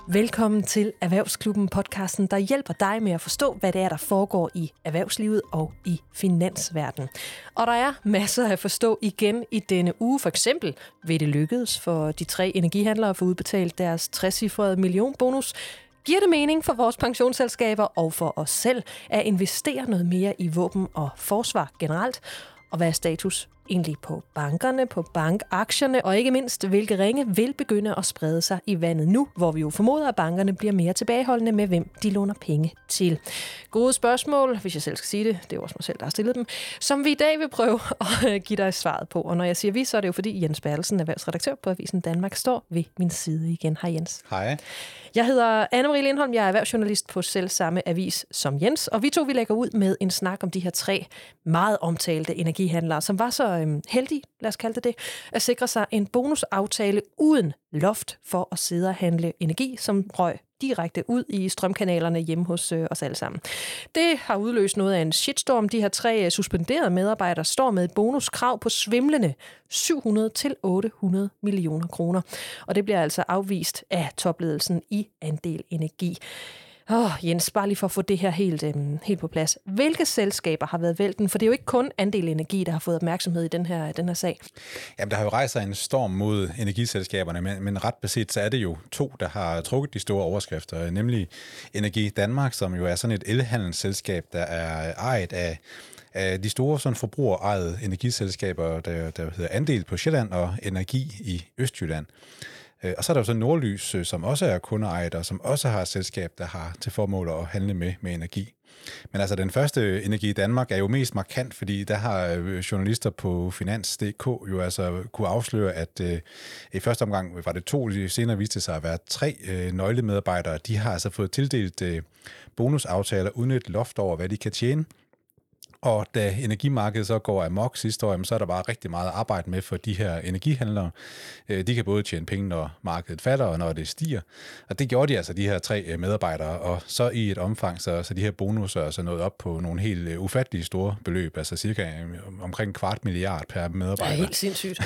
Velkommen til Erhvervsklubben, podcasten, der hjælper dig med at forstå, hvad det er, der foregår i erhvervslivet og i finansverdenen. Og der er masser at forstå igen i denne uge. For eksempel vil det lykkedes for de 3 energihandlere at få udbetalt deres 60-cifrede millionbonus. Giver det mening for vores pensionsselskaber og for os selv at investere noget mere i våben og forsvar generelt? Og hvad er status egentlig på bankerne, på bankaktierne, og ikke mindst, hvilke ringe vil begynde at sprede sig i vandet nu, hvor vi jo formoder, at bankerne bliver mere tilbageholdende med, hvem de låner penge til. Gode spørgsmål, hvis jeg selv skal sige det, det er jo også mig selv, der har stillet dem, som vi i dag vil prøve at give dig svaret på. Og når jeg siger vi, så er det jo fordi Jens Bertelsen, erhvervsredaktør på Avisen Danmark, står ved min side igen. Hej Jens. Hej. Jeg hedder Anne-Marie Lindholm, jeg er erhvervsjournalist på selv samme avis som Jens, og vi lægger ud med en snak om de her 3 meget omtalte energihandlere, som var så heldige, lad os kalde det, at sikre sig en bonusaftale uden loft for at sidde og handle energi, som røg direkte ud i strømkanalerne hjemme hos os alle sammen. Det har udløst noget af en shitstorm. De her 3 suspenderede medarbejdere står med et bonuskrav på svimlende 700-800 millioner kroner. Og det bliver altså afvist af topledelsen i Andel Energi. Jens, bare lige for at få det her helt på plads. Hvilke selskaber har været vælten? For det er jo ikke kun Andel Energi, der har fået opmærksomhed i den her sag. Jamen, der har jo rejst sig en storm mod energiselskaberne, men ret beset så er det jo 2, der har trukket de store overskrifter, nemlig Energi Danmark, som jo er sådan et elhandelsselskab, der er ejet af de store sådan forbrugerejede energiselskaber, der hedder Andel på Sjælland og Energi i Østjylland. Og så er der jo så Nordlys, som også er kundeejet, og som også har et selskab, der har til formål at handle med energi. Men altså den første Energi i Danmark er jo mest markant, fordi der har journalister på Finans.dk jo altså kunne afsløre, at i første omgang var det 2, senere viste sig at være 3 nøglemedarbejdere. De har altså fået tildelt bonusaftaler uden et loft over, hvad de kan tjene. Og da energimarkedet så går amok sidste år, så er der bare rigtig meget arbejde med for de her energihandlere. De kan både tjene penge, når markedet falder og når det stiger. Og det gjorde de altså, de her 3 medarbejdere. Og så i et omfang, så de her bonusser er så nået op på nogle helt ufattelige store beløb. Altså cirka omkring 250 milliarder per medarbejder. Det er helt sindssygt.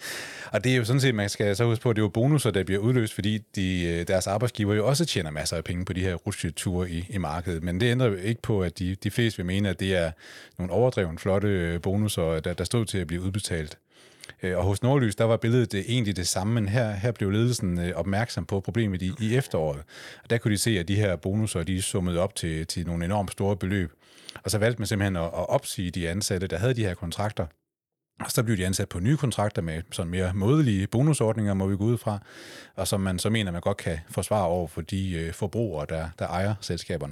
Og det er jo sådan set, man skal så huske på, at det er jo bonusser, der bliver udløst, fordi deres arbejdsgiver jo også tjener masser af penge på de her rutsjeture i markedet. Men det ændrer jo ikke på, at de fleste vil mene, at det er nogle overdreven flotte bonusser, der stod til at blive udbetalt. Og hos Nordlys, der var billedet egentlig det samme, men her blev ledelsen opmærksom på problemet i efteråret. Og der kunne de se, at de her bonusser, de summede op til nogle enormt store beløb. Og så valgte man simpelthen at opsige de ansatte, der havde de her kontrakter. Og så blev de ansat på nye kontrakter med sådan mere modelige bonusordninger, må vi gå ud fra, og som man så mener, man godt kan forsvare over for de forbrugere, der ejer selskaberne.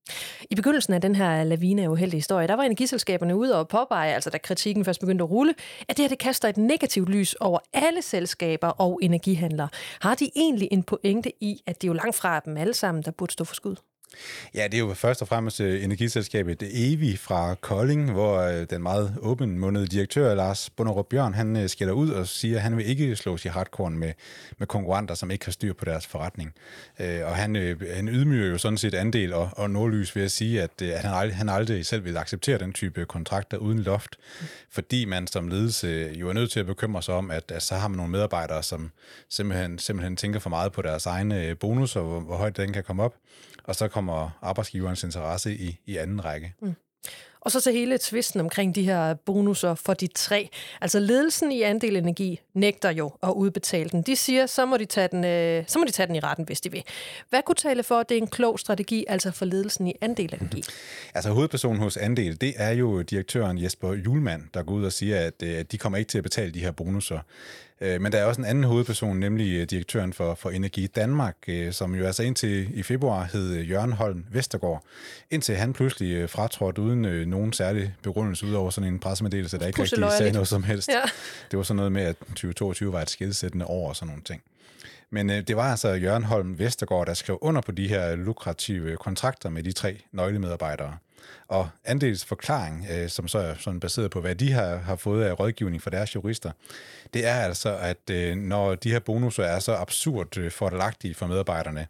I begyndelsen af den her lavine af uheldige historie, der var energiselskaberne ude og påpege, altså da kritikken først begyndte at rulle, at det kaster et negativt lys over alle selskaber og energihandlere. Har de egentlig en pointe i, at det er jo langt fra dem alle sammen, der burde stå for skud? Ja, det er jo først og fremmest energiselskabet Evi fra Kolding, hvor den meget åbenmundede direktør Lars Bunderup Bjørn, han skælder ud og siger, at han vil ikke slås i hardcoren med konkurrenter, som ikke har styr på deres forretning. Og han ydmyger jo sådan set Andel og Nordlys ved at sige, at han aldrig selv vil acceptere den type kontrakter uden loft, fordi man som ledelse jo er nødt til at bekymre sig om, at så har man nogle medarbejdere, som simpelthen tænker for meget på deres egne bonus og hvor højt den kan komme op. Og så kommer arbejdsgiverens interesse i anden række. Og så hele tvisten omkring de her bonusser for de 3. Altså ledelsen i Andel Energi nægter jo at udbetale den. De siger, så må de tage den i retten, hvis de vil. Hvad kunne tale for, at det er en klog strategi, altså for ledelsen i Andel Energi? Altså hovedpersonen hos Andel, det er jo direktøren Jesper Hjulmand, der går ud og siger, at de kommer ikke til at betale de her bonusser. Men der er også en anden hovedperson, nemlig direktøren for Energi Danmark, som jo altså indtil i februar hed Jørgen Holm Vestergaard, indtil han pludselig fratrådte uden nogen særlig begrundelse, udover sådan en pressemeddelelse, der ikke rigtig sagde noget som helst. Ja. Det var sådan noget med, at 2022 var et skelsættende år og sådan nogle ting. Men det var altså Jørgen Holm Vestergaard, der skrev under på de her lukrative kontrakter med de 3 nøglemedarbejdere. Og Andels forklaring, som så er sådan baseret på, hvad de har fået af rådgivning fra deres jurister, det er altså, at når de her bonusser er så absurd fordelagtige for medarbejderne,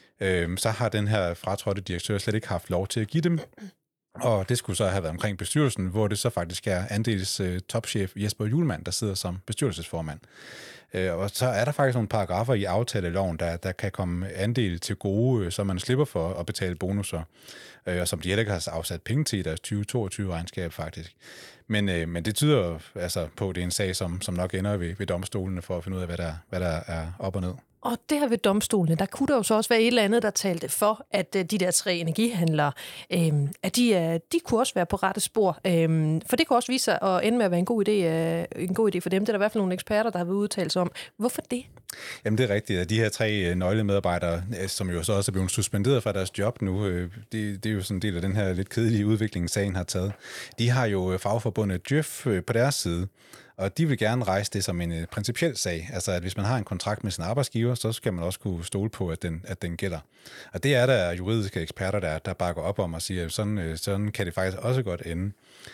så har den her fratrådte direktør slet ikke haft lov til at give dem. Og det skulle så have været omkring bestyrelsen, hvor det så faktisk er Andels topchef Jesper Hjulmand, der sidder som bestyrelsesformand. Og så er der faktisk nogle paragrafer i aftaleloven, der kan komme andel til gode, så man slipper for at betale bonusser, og som de heller ikke har afsat penge til i deres 2022-regnskab faktisk. Men det tyder altså på, at det er en sag, som nok ender ved domstolene for at finde ud af, hvad der er op og ned. Og der ved domstolene, der kunne der jo så også være et eller andet, der talte for, at de der 3 energihandlere, at de kunne også være på rette spor. For det kunne også vise sig at ende med at være en god idé for dem. Det er der i hvert fald nogle eksperter, der har været udtalt sig om. Hvorfor det? Jamen det er rigtigt, at de her 3 nøglemedarbejdere, som jo så også er blevet suspenderet fra deres job nu, det er jo sådan en del af den her lidt kedelige udvikling, sagen har taget. De har jo fagforbundet Djøf på deres side, og de vil gerne rejse det som en principiel sag. Altså, at hvis man har en kontrakt med sin arbejdsgiver, så skal man også kunne stole på, at den gælder. Og det er der juridiske eksperter, der bakker op om og siger, at sådan kan det faktisk også godt ende.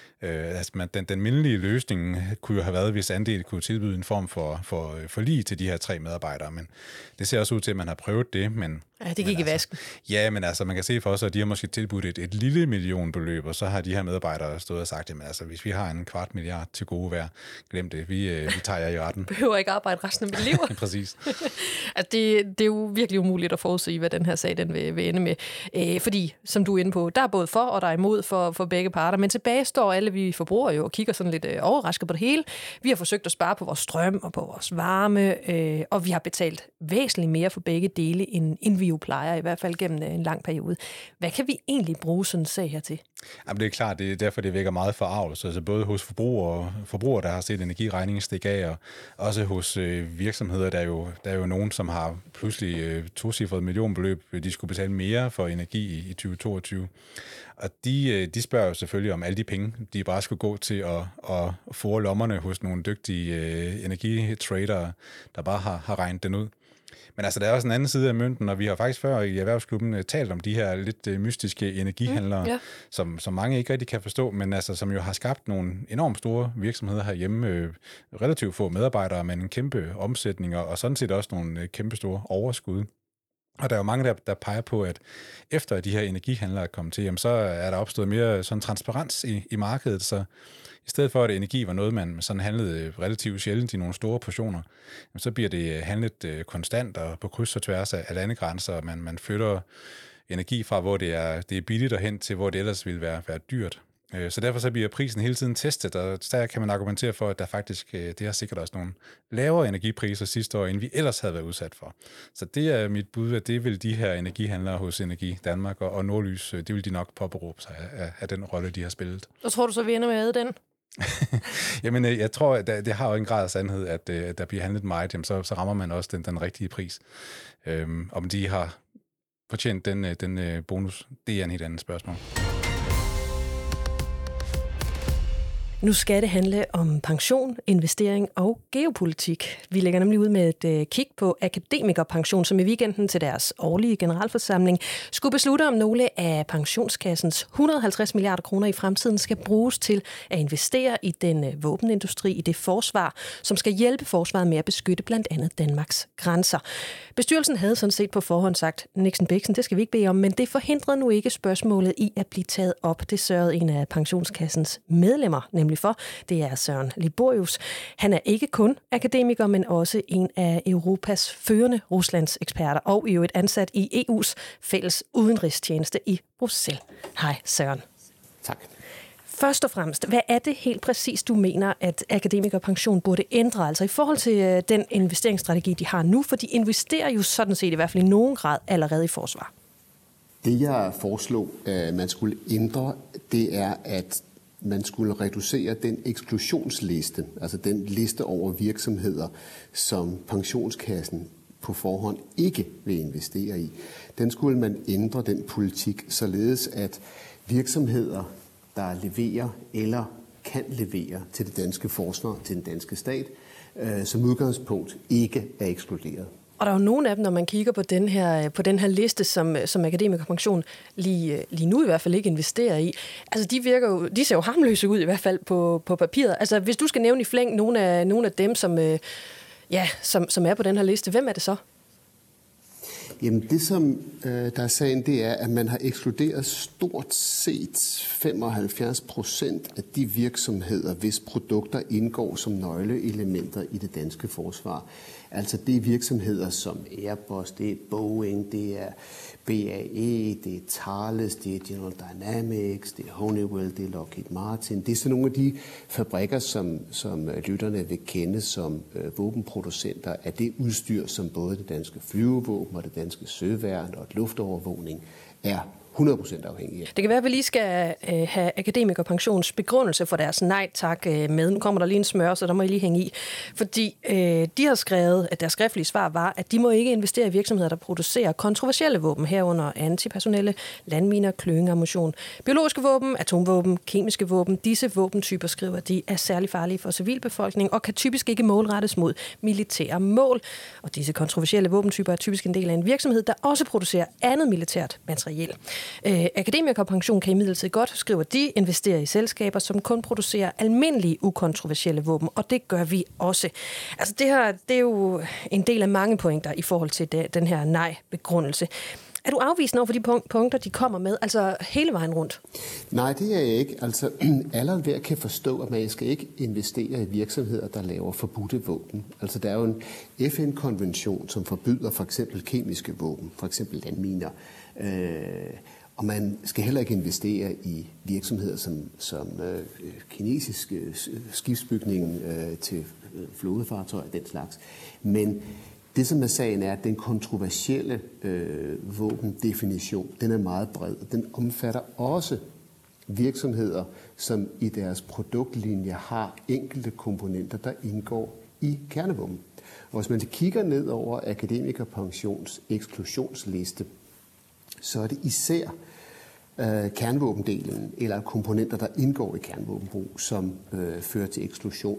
Den mindelige løsning kunne jo have været, hvis andel kunne tilbyde en form for forlig til de her 3 medarbejdere, men det ser også ud til, at man har prøvet det, men... Ja, det gik i vasken. Ja, men altså, man kan se for sig, at de har måske tilbudt et lille millionbeløb, og så har de her medarbejdere stået og sagt, jamen altså, hvis vi har en 250 milliard til gode værd, glem det, vi tager jer i retten. Behøver ikke arbejde resten af mit liv. Præcis. Altså, det er jo virkelig umuligt at forudsige, hvad den her sag den vil ende med. Fordi, som du er inde på, der er både for og der er imod for begge parter, men tilbage står alle vi forbrugere jo og kigger sådan lidt overrasket på det hele. Vi har forsøgt at spare på vores strøm og på vores varme, og vi har betalt væsentligt mere for begge dele, end vi jo plejer, i hvert fald gennem en lang periode. Hvad kan vi egentlig bruge sådan en sag her til? Jamen, det er klart, det er derfor, det vækker meget forarvelse. Altså både hos forbrugere, der har set energiregningen stikke af, og også hos virksomheder, der er jo nogen, som har pludselig tocifret millionbeløb, de skulle betale mere for energi i 2022. Og de spørger jo selvfølgelig om alle de penge, de bare skulle gå til at få lommerne hos nogle dygtige energitradere, der bare har regnet den ud. Men altså, der er også en anden side af mønten, og vi har faktisk før i Erhvervsklubben talt om de her lidt mystiske energihandlere, som mange ikke rigtig kan forstå, men altså, som jo har skabt nogle enormt store virksomheder herhjemme, relativt få medarbejdere, men en kæmpe omsætning, og sådan set også nogle kæmpe store overskud. Og der er jo mange, der peger på, at efter de her energihandlere er kommet til, jamen, så er der opstået mere sådan transparens i markedet, så i stedet for, at energi var noget, man sådan handlede relativt sjældent i nogle store portioner, så bliver det handlet konstant og på kryds og tværs af landegrænser. Man flytter energi fra, hvor det er billigt og hen til, hvor det ellers ville være dyrt. Så derfor så bliver prisen hele tiden testet, og der kan man argumentere for, at der faktisk, det har sikkert også nogle lavere energipriser sidste år, end vi ellers havde været udsat for. Så det er mit bud, at det vil de her energihandlere hos Energi Danmark og Nordlys, det vil de nok påberåbe sig af den rolle, de har spillet. Så tror du så, vi ender med den? Jamen, jeg tror, at det har jo en grad af sandhed, at der bliver handlet meget, jamen, så rammer man også den rigtige pris. Om de har fortjent den bonus, det er en helt andet spørgsmål. Nu skal det handle om pension, investering og geopolitik. Vi lægger nemlig ud med et kig på Akademikerpension, som i weekenden til deres årlige generalforsamling skulle beslutte, om nogle af pensionskassens 150 milliarder kroner i fremtiden skal bruges til at investere i den våbenindustri, i det forsvar, som skal hjælpe forsvaret med at beskytte blandt andet Danmarks grænser. Bestyrelsen havde sådan set på forhånd sagt, Nixon Bixen, det skal vi ikke bede om, men det forhindrede nu ikke spørgsmålet i at blive taget op. Det sørgede en af pensionskassens medlemmer, nemlig for. Det er Søren Liborius. Han er ikke kun akademiker, men også en af Europas førende Ruslands eksperter, og i øvrigt ansat i EU's fælles udenrigstjeneste i Bruxelles. Hej Søren. Tak. Først og fremmest, hvad er det helt præcis, du mener, at Akademikerpension burde ændre, altså i forhold til den investeringsstrategi, de har nu, for de investerer jo sådan set i hvert fald i nogen grad allerede i forsvar. Det jeg foreslog, at man skulle ændre, det er, at man skulle reducere den eksklusionsliste, altså den liste over virksomheder, som pensionskassen på forhånd ikke vil investere i. Den skulle man ændre, den politik, således at virksomheder, der leverer eller kan levere til det danske forsvar, til den danske stat, som udgangspunkt ikke er ekskluderet. Og der er jo nogle af dem, når man kigger på den her liste, som Akademikerpension lige nu i hvert fald ikke investerer i. Altså de ser jo harmløse ud i hvert fald på papiret. Altså hvis du skal nævne i flæng nogle af dem, som er på den her liste, hvem er det så? Jamen det, som der er sagen, det er, at man har ekskluderet stort set 75% af de virksomheder, hvis produkter indgår som nøgleelementer i det danske forsvar. Altså det er virksomheder som Airbus, det er Boeing, det er BAE, det er Thales, det er General Dynamics, det er Honeywell, det er Lockheed Martin. Det er sådan nogle af de fabrikker, som lytterne vil kende som våbenproducenter af det udstyr, som både det danske flyvevåben og det danske søværn og luftovervågning er 100% afhængige af. Det kan være, at vi lige skal have Akademikerpensions begrundelse for deres nej tak med. Nu kommer der lige en smør, så der må I lige hænge i. Fordi de har skrevet, at deres skriftlige svar var, at de må ikke investere i virksomheder, der producerer kontroversielle våben, herunder antipersonelle, landminer, klyngeammunition, biologiske våben, atomvåben, kemiske våben. Disse våbentyper, skriver de, er særlig farlige for civilbefolkningen og kan typisk ikke målrettes mod militære mål. Og disse kontroversielle våbentyper er typisk en del af en virksomhed, der også producerer andet militært materiel. Akademikerpension kan imidlertid godt, skriver de, investere i selskaber, som kun producerer almindelige ukontroversielle våben, og det gør vi også. Altså det her, det er jo en del af mange pointer i forhold til den her nej-begrundelse. Er du afvisende over for de punkter, de kommer med, altså hele vejen rundt? Nej, det er jeg ikke. Altså, alle og enhver kan forstå, at man skal ikke investere i virksomheder, der laver forbudte våben. Altså, der er jo en FN-konvention, som forbyder for eksempel kemiske våben, for eksempel landminer. Og man skal heller ikke investere i virksomheder som kinesisk skibsbygning til flådefartøjer og den slags. Men det, som er sagen, er, at den kontroversielle våbendefinition, den er meget bred. Den omfatter også virksomheder, som i deres produktlinje har enkelte komponenter, der indgår i kernevåben. Og hvis man kigger ned over Akademikerpensions eksklusionsliste, så er det især kernevåbendelen eller komponenter, der indgår i kernevåbenbrug, som fører til eksklusion.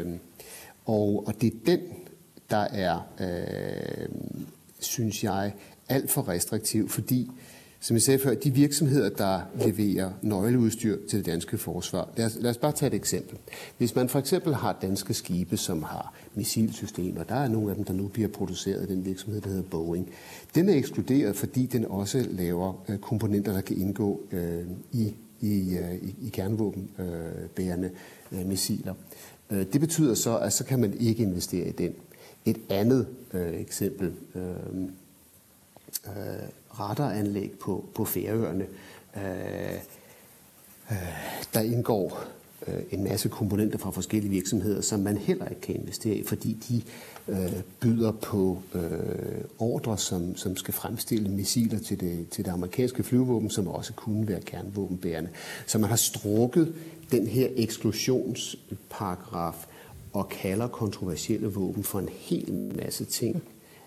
Og det er den, der er, synes jeg, alt for restriktiv, fordi, som jeg sagde før, de virksomheder, der leverer nøgleudstyr til det danske forsvar. Lad os bare tage et eksempel. Hvis man for eksempel har danske skibe, som har missilsystemer, der er nogle af dem, der nu bliver produceret i den virksomhed, der hedder Boeing. Den er ekskluderet, fordi den også laver komponenter, der kan indgå i kernevåbenbærende missiler. Det betyder så, at så kan man ikke investere i den. Et andet eksempel, radaranlæg på Færøerne, der indgår en masse komponenter fra forskellige virksomheder, som man heller ikke kan investere i, fordi de byder på ordre, som skal fremstille missiler til det amerikanske flyvevåben, som også kunne være kernevåbenbærende. Så man har strukket den her eksklusionsparagraf og kalder kontroversielle våben for en hel masse ting,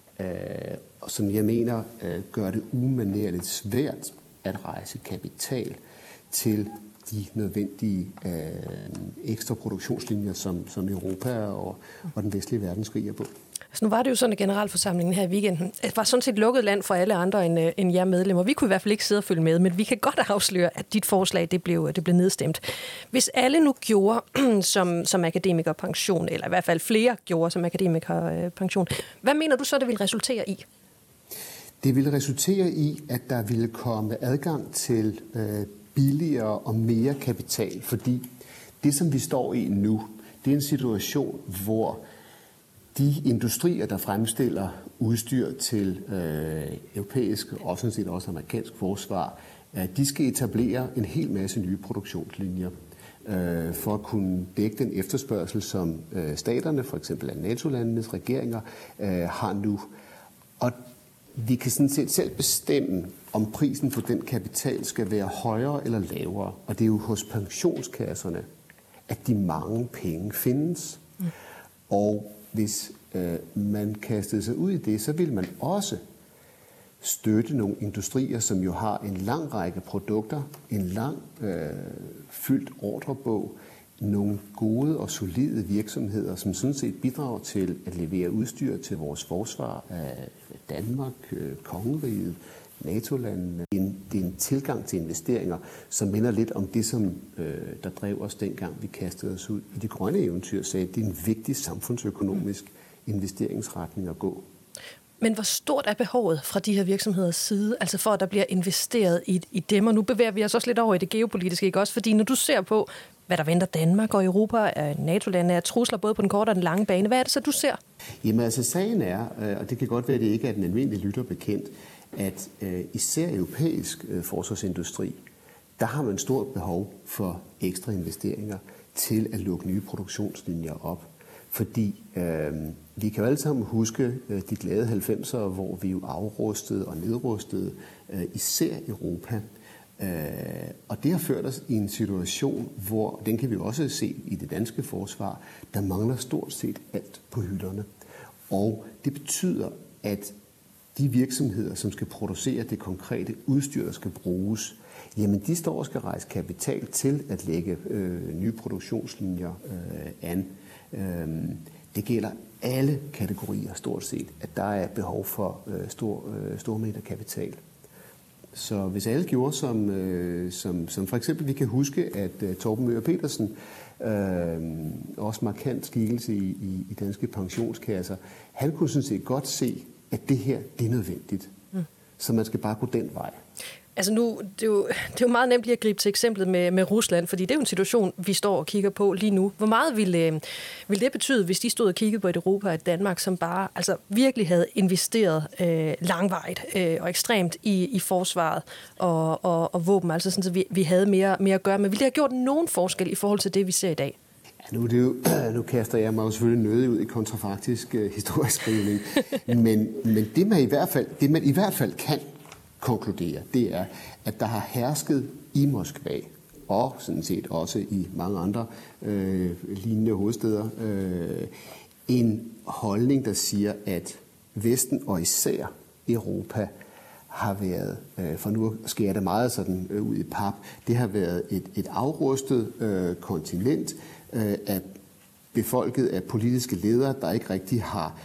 som jeg mener gør det umanerligt svært at rejse kapital til de nødvendige ekstra produktionslinjer, som Europa og den vestlige verden skriger på. Altså nu var det jo sådan, at generalforsamlingen her i weekenden var sådan set lukket land for alle andre end jer medlemmer. Vi kunne i hvert fald ikke sidde og følge med, men vi kan godt afsløre, at dit forslag det blev nedstemt. Hvis alle nu gjorde som Akademikerpension, eller i hvert fald flere gjorde som Akademikerpension, hvad mener du så, det vil resultere i? Det vil resultere i, at der ville komme adgang til billigere og mere kapital, fordi det, som vi står i nu, det er en situation, hvor de industrier, der fremstiller udstyr til europæisk og sådan set også amerikansk forsvar, de skal etablere en hel masse nye produktionslinjer for at kunne dække den efterspørgsel, som staterne, for eksempel af NATO-landenes regeringer, har nu. Og vi kan sådan set selv bestemme, om prisen for den kapital skal være højere eller lavere. Og det er jo hos pensionskasserne, at de mange penge findes. Og hvis man kastede sig ud i det, så vil man også støtte nogle industrier, som jo har en lang række produkter, en lang fyldt ordrebog, nogle gode og solide virksomheder, som sådan set bidrager til at levere udstyr til vores forsvar af Danmark, Kongeriget, NATO-landene. Det er en tilgang til investeringer, som minder lidt om det, som der drev os dengang, vi kastede os ud i de grønne eventyr, sagde, at det er en vigtig samfundsøkonomisk investeringsretning at gå. Men hvor stort er behovet fra de her virksomheders side, altså for at der bliver investeret i dem? Og nu bevæger vi os også lidt over i det geopolitiske, ikke også? Fordi når du ser på, hvad der venter Danmark og Europa, NATO-lande, er trusler både på den korte og den lange bane, hvad er det så, du ser? Jamen altså sagen er, og det kan godt være, at det ikke er den almindelige lytter bekendt, at især europæisk forsvarsindustri, der har man stort behov for ekstra investeringer til at lukke nye produktionslinjer op. Fordi vi kan jo alle sammen huske de glade 90'ere, hvor vi jo afrustede og nedrustede især Europa. Og det har ført os i en situation, hvor, den kan vi også se i det danske forsvar, der mangler stort set alt på hylderne. Og det betyder, at de virksomheder, som skal producere det konkrete udstyr, der skal bruges, jamen de står og skal rejse kapital til at lægge nye produktionslinjer an. Det gælder alle kategorier stort set, at der er behov for stor mængder kapital. Så hvis alle gjorde som for eksempel, vi kan huske, at Torben Møger Petersen, også markant skikkelse i danske pensionskasser, han kunne sådan set godt se, at det her, det er nødvendigt. Så man skal bare gå den vej. Altså nu, det er jo meget nemt lige at gribe til eksemplet med Rusland, fordi det er jo en situation, vi står og kigger på lige nu. Hvor meget ville det betyde, hvis de stod og kiggede på et Europa og et Danmark, som bare altså virkelig havde investeret langvejt og ekstremt i forsvaret og våben, altså sådan, så vi havde mere at gøre. Men ville det have gjort nogen forskel i forhold til det, vi ser i dag? Ja, nu kaster jeg mig jo selvfølgelig nødig ud i kontrafaktisk historieskrivning, men det man i hvert fald kan konkludere, det er, at der har hersket i Moskva, og sådan set også i mange andre lignende hovedsteder, en holdning, der siger, at Vesten og især Europa har været, for nu skærer det meget sådan ud i pap, det har været et afrustet kontinent af befolket af politiske ledere, der ikke rigtig har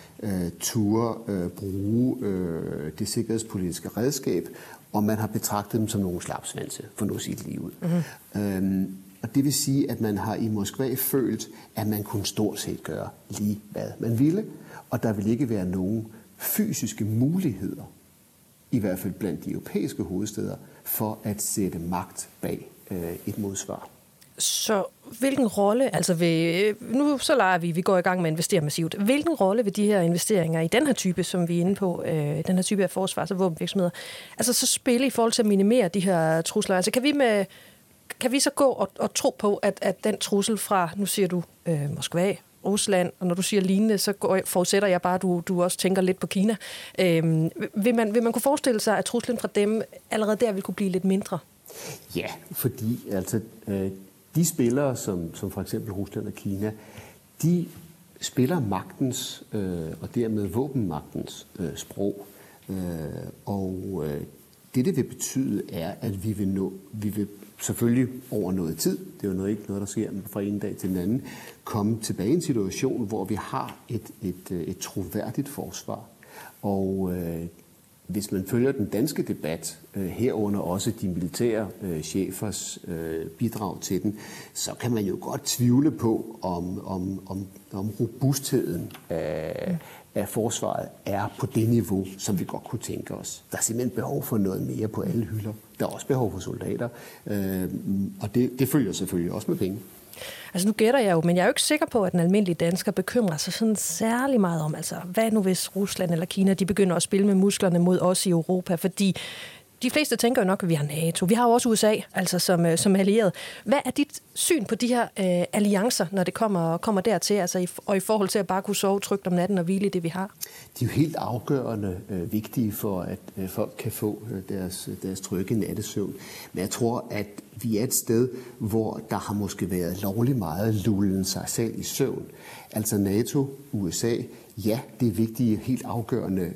bruge det sikkerhedspolitiske redskab, og man har betragtet dem som nogle slapsvanse, for nu at sige det lige ud. Og det vil sige, at man har i Moskva følt, at man kunne stort set gøre lige hvad man ville, og der vil ikke være nogen fysiske muligheder, i hvert fald blandt de europæiske hovedstæder, for at sætte magt bag et modsvar. Så hvilken rolle, altså nu så leger vi går i gang med at investere massivt. Hvilken rolle vil de her investeringer i den her type, som vi er inde på, den her type af forsvars- og våbenvirksomheder, altså så spille i forhold til at minimere de her trusler? Altså kan vi så gå og tro på, at den trussel fra, nu siger du Moskva, Rusland, og når du siger lignende, så forudsætter jeg bare, at du også tænker lidt på Kina. Vil man kunne forestille sig, at truslen fra dem allerede der vil kunne blive lidt mindre? Ja, fordi altså de spillere, som for eksempel Rusland og Kina, de spiller magtens og dermed våbenmagtens sprog. Og det vil betyde, er, at vi vil selvfølgelig over noget tid, det er jo ikke noget, der sker fra en dag til den anden, komme tilbage i en situation, hvor vi har et troværdigt forsvar. Og hvis man følger den danske debat, herunder også de militære chefers bidrag til den, så kan man jo godt tvivle på, om robustheden af forsvaret er på det niveau, som vi godt kunne tænke os. Der er simpelthen behov for noget mere på alle hylder. Der er også behov for soldater, og det følger selvfølgelig også med penge. Altså nu gætter jeg jo, men jeg er jo ikke sikker på, at den almindelige dansker bekymrer sig sådan særlig meget om, altså hvad nu hvis Rusland eller Kina, de begynder at spille med musklerne mod os i Europa, fordi de fleste tænker jo nok, at vi har NATO. Vi har jo også USA, altså som allieret. Hvad er dit syn på de her alliancer, når det kommer dertil, altså og i forhold til at bare kunne sove trygt om natten og hvile i det, vi har? De er jo helt afgørende vigtige for, at folk kan få deres trygge nattesøvn. Men jeg tror, at vi er et sted, hvor der har måske været lovligt meget lullen sig selv i søvn. Altså NATO, USA, ja, det er vigtige, helt afgørende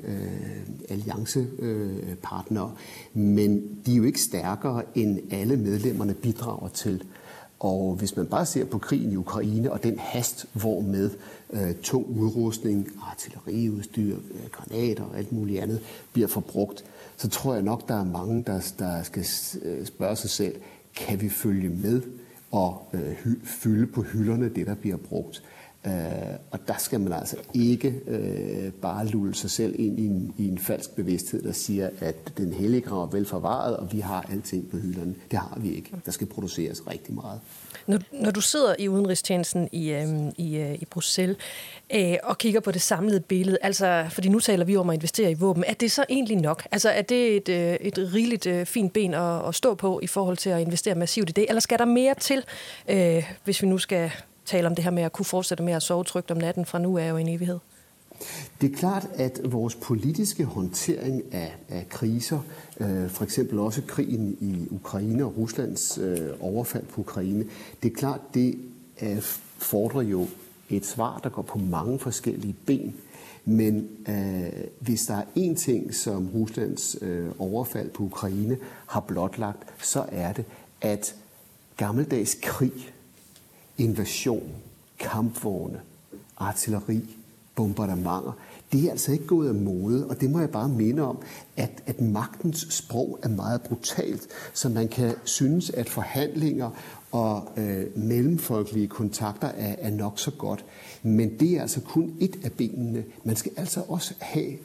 alliancepartnere, men de er jo ikke stærkere, end alle medlemmerne bidrager til. Og hvis man bare ser på krigen i Ukraine og den hast, hvormed tung udrustning, artilleriudstyr, granater og alt muligt andet bliver forbrugt, så tror jeg nok, der er mange, der skal spørge sig selv, kan vi følge med og fylde på hylderne det, der bliver brugt? Og der skal man altså ikke bare lulle sig selv ind i en falsk bevidsthed, der siger, at den hellige grav er vel forvaret, og vi har alting på hylderne. Det har vi ikke. Der skal produceres rigtig meget. Når du sidder i udenrigstjenesten i Bruxelles og kigger på det samlede billede, altså, fordi nu taler vi om at investere i våben, er det så egentlig nok? Altså, er det et rigeligt fint ben at stå på i forhold til at investere massivt i det, eller skal der mere til, hvis vi nu skal tale om det her med at kunne fortsætte med at sove trygt om natten fra nu af og en evighed? Det er klart, at vores politiske håndtering af kriser, for eksempel også krigen i Ukraine og Ruslands overfald på Ukraine, det er klart, det fordrer jo et svar, der går på mange forskellige ben. Men hvis der er én ting, som Ruslands overfald på Ukraine har blotlagt, så er det, at gammeldags krig, invasion, kampvogne, artilleri, bombardementer, det er altså ikke gået af mode, og det må jeg bare minde om, at magtens sprog er meget brutalt, så man kan synes, at forhandlinger og mellemfolkelige kontakter er nok så godt. Men det er altså kun et af benene. Man skal altså også have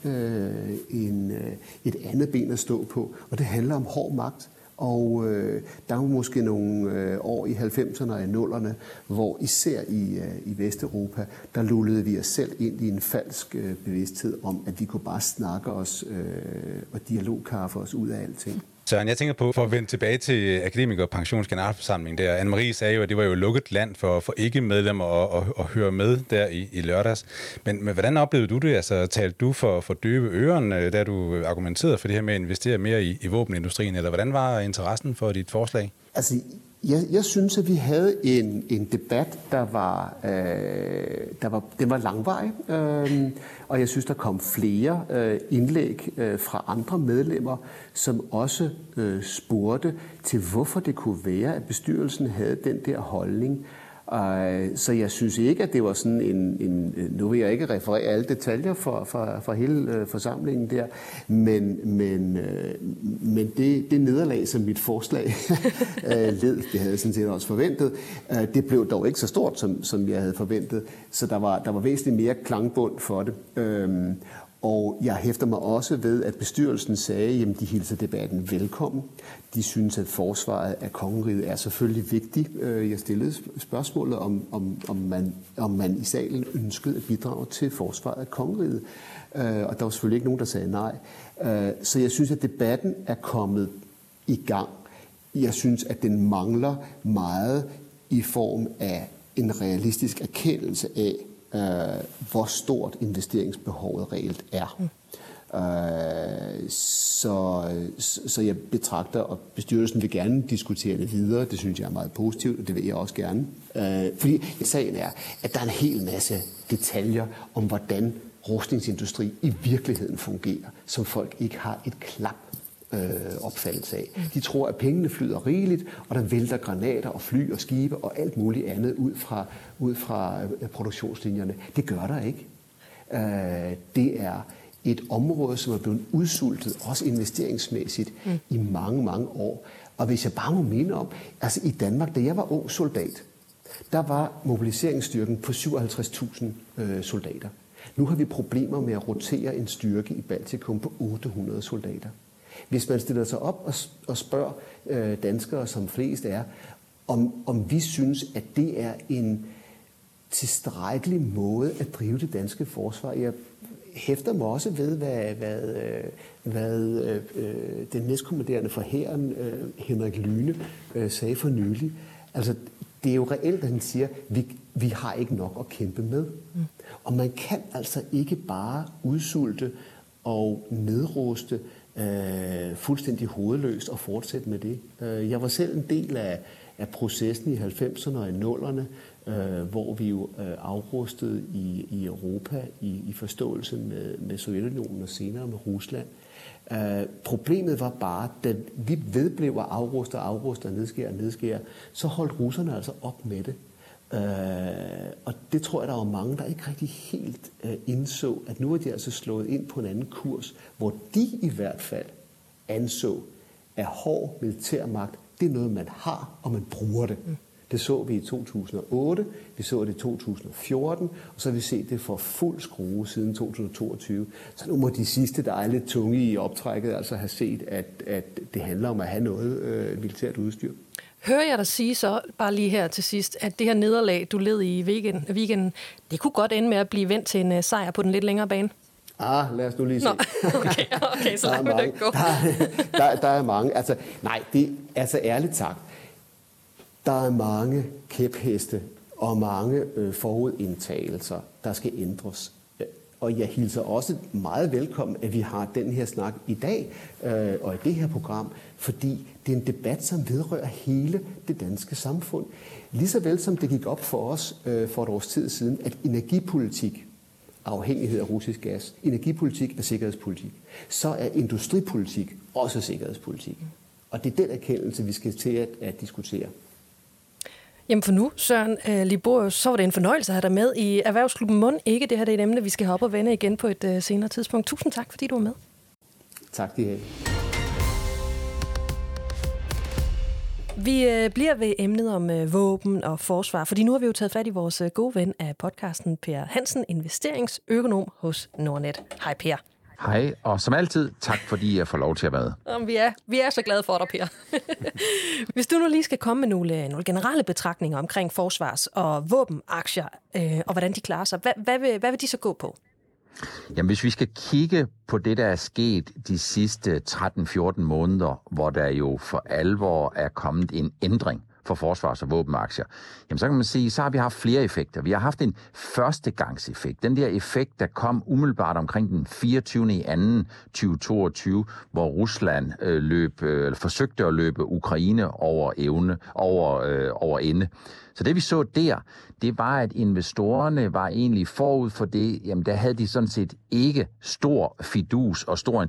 et andet ben at stå på, og det handler om hård magt. Og der var måske nogle år i 90'erne og i 00'erne, hvor især i Vesteuropa, der lullede vi os selv ind i en falsk bevidsthed om, at vi kunne bare snakke os og dialogkaffe os ud af alting. Søren, jeg tænker på, for at vende tilbage til Akademiker- og Pensions Generalforsamling der. Anne-Marie sagde jo, at det var jo lukket land for ikke-medlemmer at høre med der i lørdags. Men hvordan oplevede du det? Altså, talte du for døve øren, da du argumenterede for det her med at investere mere i våbenindustrien? Eller hvordan var interessen for dit forslag? Altså, jeg synes, at vi havde en debat, den var langvarig, og jeg synes, der kom flere indlæg fra andre medlemmer, som også spurgte til, hvorfor det kunne være, at bestyrelsen havde den der holdning. Så jeg synes ikke, at det var sådan nu vil jeg ikke referere alle detaljer fra hele forsamlingen der, men det nederlag, som mit forslag led, det havde jeg sådan set også forventet, det blev dog ikke så stort, som jeg havde forventet, så der var væsentligt mere klangbund for det. Og jeg hæfter mig også ved, at bestyrelsen sagde, at de hilser debatten velkommen. De synes, at forsvaret af kongeriget er selvfølgelig vigtigt. Jeg stillede spørgsmålet, om man i salen ønskede at bidrage til forsvaret af kongeriget. Og der var selvfølgelig ikke nogen, der sagde nej. Så jeg synes, at debatten er kommet i gang. Jeg synes, at den mangler meget i form af en realistisk erkendelse af, hvor stort investeringsbehovet reelt er. Så jeg betragter, og bestyrelsen vil gerne diskutere det videre, det synes jeg er meget positivt, og det vil jeg også gerne. Fordi sagen er, at der er en hel masse detaljer om, hvordan rustningsindustri i virkeligheden fungerer, som folk ikke har et klap opfattelse af. De tror, at pengene flyder rigeligt, og der vælter granater og fly og skibe og alt muligt andet ud fra produktionslinjerne. Det gør der ikke. Det er et område, som er blevet udsultet, også investeringsmæssigt, i mange, mange år. Og hvis jeg bare må minde om, altså i Danmark, da jeg var ung soldat, der var mobiliseringsstyrken på 57.000 soldater. Nu har vi problemer med at rotere en styrke i Baltikum på 800 soldater. Hvis man stiller sig op og spørger danskere, som flest er, om vi synes, at det er en tilstrækkelig måde at drive det danske forsvar. Jeg hæfter mig også ved, hvad den næstkommanderende for hæren, Henrik Lyne, sagde for nylig. Altså, det er jo reelt, at han siger, at vi har ikke nok at kæmpe med. Og man kan altså ikke bare udsulte og nedruste fuldstændig hovedløst og fortsætte med det. Jeg var selv en del af processen i 90'erne og i 00'erne, hvor vi jo afrustede i Europa i forståelse med Sovjetunionen og senere med Rusland. Problemet var bare, da vi vedblev at afruste og nedskære, så holdt russerne altså op med det. Og det tror jeg, der var mange, der ikke rigtig helt indså, at nu er de altså slået ind på en anden kurs, hvor de i hvert fald anså, at hård militærmagt, det er noget, man har, og man bruger det. Det så vi i 2008, vi så det i 2014, og så har vi set det for fuld skrue siden 2022. Så nu må de sidste, der er lidt tunge i optrækket, altså have set, at det handler om at have noget militært udstyr. Hører jeg dig sige så, bare lige her til sidst, at det her nederlag, du led i weekenden, det kunne godt ende med at blive vendt til en sejr på den lidt længere bane? Lad os nu lige se. Okay, så lad mig det gå. Der er mange. Altså, nej, det altså ærligt sagt, der er mange kæpheste og mange forudindtagelser, der skal ændres. Og jeg hilser også meget velkommen, at vi har den her snak i dag og i det her program, fordi det er en debat, som vedrører hele det danske samfund. Ligeså vel som det gik op for os for et års tid siden, at energipolitik, afhængighed af russisk gas, energipolitik er sikkerhedspolitik, så er industripolitik også sikkerhedspolitik. Og det er den erkendelse, vi skal til at diskutere. Jamen for nu, Søren Liborius, så var det en fornøjelse at have dig med i Erhvervsklubben Mon. Ikke det her det er et emne, vi skal have op og vende igen på et senere tidspunkt. Tusind tak, fordi du var med. Tak, det her. Vi bliver ved emnet om våben og forsvar, fordi nu har vi jo taget fat i vores gode ven af podcasten, Per Hansen, investeringsøkonom hos Nordnet. Hej Per. Hej, og som altid, tak fordi jeg får lov til at være med. Vi er så glade for dig, Per. Hvis du nu lige skal komme med nogle generelle betragtninger omkring forsvars- og våbenaktier, og hvordan de klarer sig, hvad vil de så gå på? Jamen, hvis vi skal kigge på det, der er sket de sidste 13-14 måneder, hvor der jo for alvor er kommet en ændring for forsvars- og våbenaktier, jamen så kan man sige, så har vi haft flere effekter. Vi har haft en førstegangseffekt. Den der effekt, der kom umiddelbart omkring den 24.2.2022, hvor Rusland forsøgte at løbe Ukraine over ende. Så det vi så der, det var, at investorerne var egentlig forud for det, jamen der havde de sådan set ikke stor fidus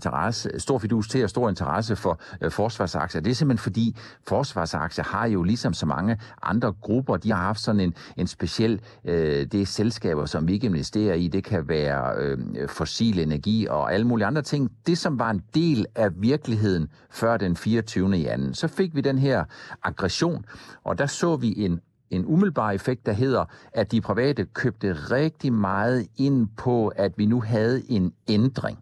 til og stor interesse for forsvarsaktier. Det er simpelthen fordi forsvarsaktier har jo ligesom så mange andre grupper, de har haft sådan en speciel, det er selskaber, som vi ikke investerer i, det kan være fossil energi og alle mulige andre ting. Det som var en del af virkeligheden før den 24.2. Så fik vi den her aggression, og der så vi en umiddelbar effekt, der hedder, at de private købte rigtig meget ind på, at vi nu havde en ændring.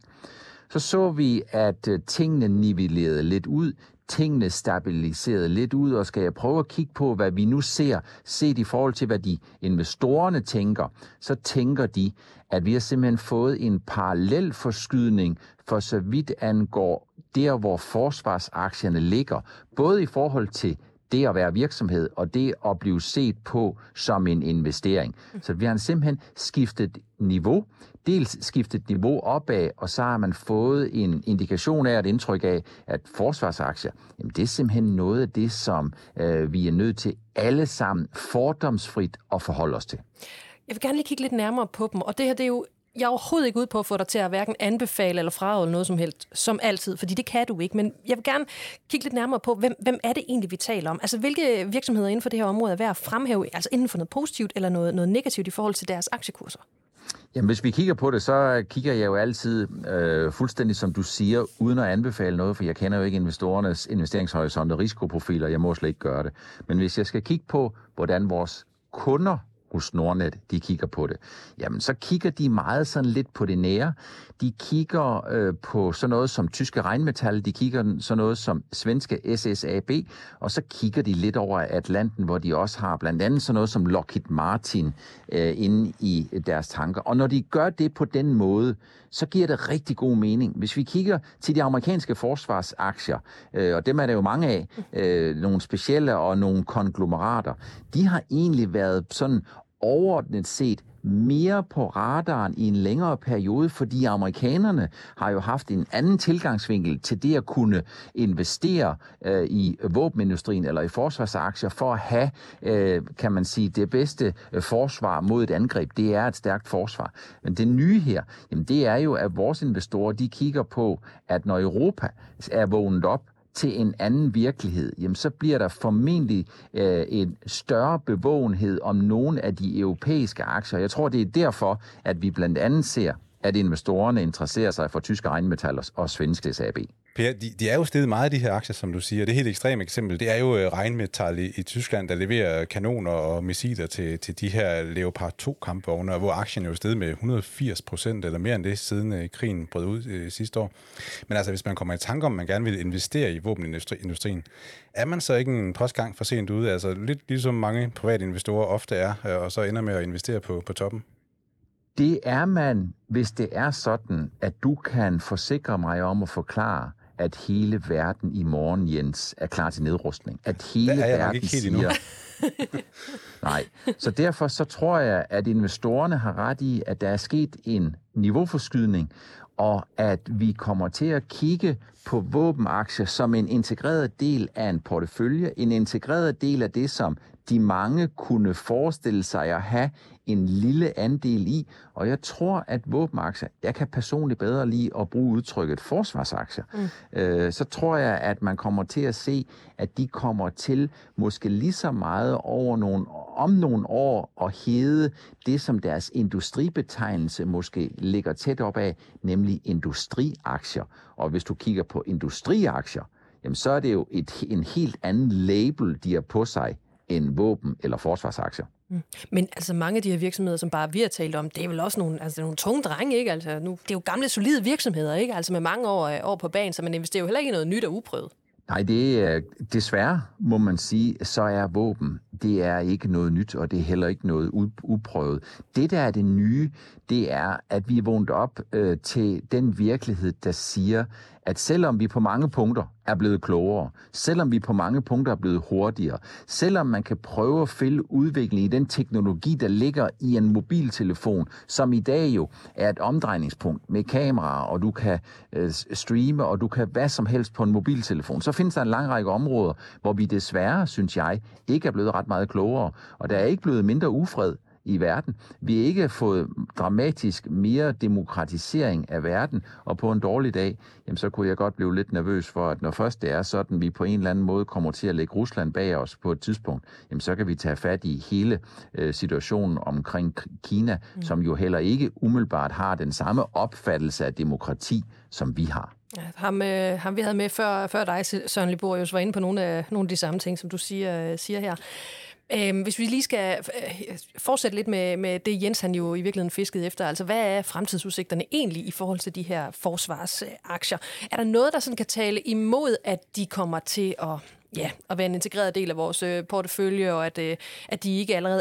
Så vi, at tingene nivellerede lidt ud, tingene stabiliserede lidt ud, og skal jeg prøve at kigge på, hvad vi nu set i forhold til, hvad de investorerne tænker, så tænker de, at vi har simpelthen fået en parallel forskydning for så vidt angår der, hvor forsvarsaktierne ligger, både i forhold til det at være virksomhed, og det at blive set på som en investering. Så vi har simpelthen skiftet niveau, dels skiftet niveau opad, og så har man fået en indikation af, et indtryk af, at forsvarsaktier, jamen det er simpelthen noget af det, som vi er nødt til alle sammen fordomsfrit at forholde os til. Jeg vil gerne lige kigge lidt nærmere på dem, og det her, det er jo jeg er overhovedet ikke ude på at få dig til at hverken anbefale eller fraråde noget som helst, som altid, fordi det kan du ikke. Men jeg vil gerne kigge lidt nærmere på, hvem er det egentlig, vi taler om? Altså, hvilke virksomheder inden for det her område er værd at fremhæve, altså inden for noget positivt eller noget negativt i forhold til deres aktiekurser? Jamen, hvis vi kigger på det, så kigger jeg jo altid fuldstændig, som du siger, uden at anbefale noget, for jeg kender jo ikke investorernes investeringshorisont og risikoprofiler, jeg må slet ikke gøre det. Men hvis jeg skal kigge på, hvordan vores kunder hos Nordnet, de kigger på det, jamen så kigger de meget sådan lidt på det nære. De kigger på sådan noget som tyske Rheinmetall, de kigger sådan noget som svenske SSAB, og så kigger de lidt over Atlanten, hvor de også har blandt andet sådan noget som Lockheed Martin inde i deres tanker. Og når de gør det på den måde, så giver det rigtig god mening. Hvis vi kigger til de amerikanske forsvarsaktier, og dem er der jo mange af, nogle specielle og nogle konglomerater, de har egentlig været sådan overordnet set mere på radaren i en længere periode, fordi amerikanerne har jo haft en anden tilgangsvinkel til det at kunne investere i våbenindustrien eller i forsvarsaktier for at have, kan man sige, det bedste forsvar mod et angreb. Det er et stærkt forsvar. Men det nye her, jamen det er jo, at vores investorer, de kigger på, at når Europa er vågnet op til en anden virkelighed, jamen så bliver der formentlig en større bevågenhed om nogle af de europæiske aktier. Jeg tror, det er derfor, at vi blandt andet ser at investorerne interesserer sig for tyske regnmetaller og svenske SAB. Per, de er jo steget meget, de her aktier, som du siger. Det helt ekstreme eksempel, det er jo Rheinmetall i Tyskland, der leverer kanoner og missiler til de her Leopard 2-kampvogne, hvor aktien jo steget med 180% eller mere end det, siden krigen brød ud sidste år. Men altså, hvis man kommer i tanke om, at man gerne vil investere i våbenindustrien, er man så ikke en postgang for sent ude? Altså lidt ligesom mange private investorer ofte er, og så ender med at investere på toppen? Det er man, hvis det er sådan, at du kan forsikre mig om at forklare, at hele verden i morgen, Jens, er klar til nedrustning. At hele verden siger... Nej, så derfor så tror jeg, at investorerne har ret i, at der er sket en niveauforskydning, og at vi kommer til at kigge på våbenaktier som en integreret del af en portefølje, en integreret del af det, som de mange kunne forestille sig at have en lille andel i, og jeg tror, at våbenaktier, jeg kan personligt bedre lide at bruge udtrykket forsvarsaktier, så tror jeg, at man kommer til at se, at de kommer til måske lige så meget om nogle år at hedde det, som deres industribetegnelse måske ligger tæt op af, nemlig industriaktier. Og hvis du kigger på industriaktier, jamen så er det jo en helt anden label, de har på sig, end våben- eller forsvarsaktier. Men altså mange af de her virksomheder, som bare vi har talt om, det er vel også nogle tunge drenge, ikke? Altså, det er jo gamle, solide virksomheder, ikke? Altså med mange år på banen, så man investerer jo heller ikke i noget nyt og uprøvet. Nej, det er desværre, må man sige, så er våben, det er ikke noget nyt, og det er heller ikke noget uprøvet. Det, der er det nye, det er, at vi er vågnet op til den virkelighed, der siger, at selvom vi på mange punkter er blevet klogere, selvom vi på mange punkter er blevet hurtigere, selvom man kan prøve at følge udviklingen i den teknologi, der ligger i en mobiltelefon, som i dag jo er et omdrejningspunkt med kameraer, og du kan streame, og du kan hvad som helst på en mobiltelefon, så findes der en lang række områder, hvor vi desværre, synes jeg, ikke er blevet ret meget klogere, og der er ikke blevet mindre ufred i verden. Vi har ikke fået dramatisk mere demokratisering af verden, og på en dårlig dag, jamen, så kunne jeg godt blive lidt nervøs for, at når først det er sådan, vi på en eller anden måde kommer til at lægge Rusland bag os på et tidspunkt, jamen, så kan vi tage fat i hele situationen omkring Kina, som jo heller ikke umiddelbart har den samme opfattelse af demokrati, som vi har. Ja, ham vi havde med før dig, Søren Liborius, var inde på nogle af de samme ting, som du siger her. Hvis vi lige skal fortsætte lidt med det, Jens han jo i virkeligheden fiskede efter, altså hvad er fremtidsudsigterne egentlig i forhold til de her forsvarsaktier? Er der noget, der sådan kan tale imod, at de kommer til at være en integreret del af vores portefølje, og at de ikke allerede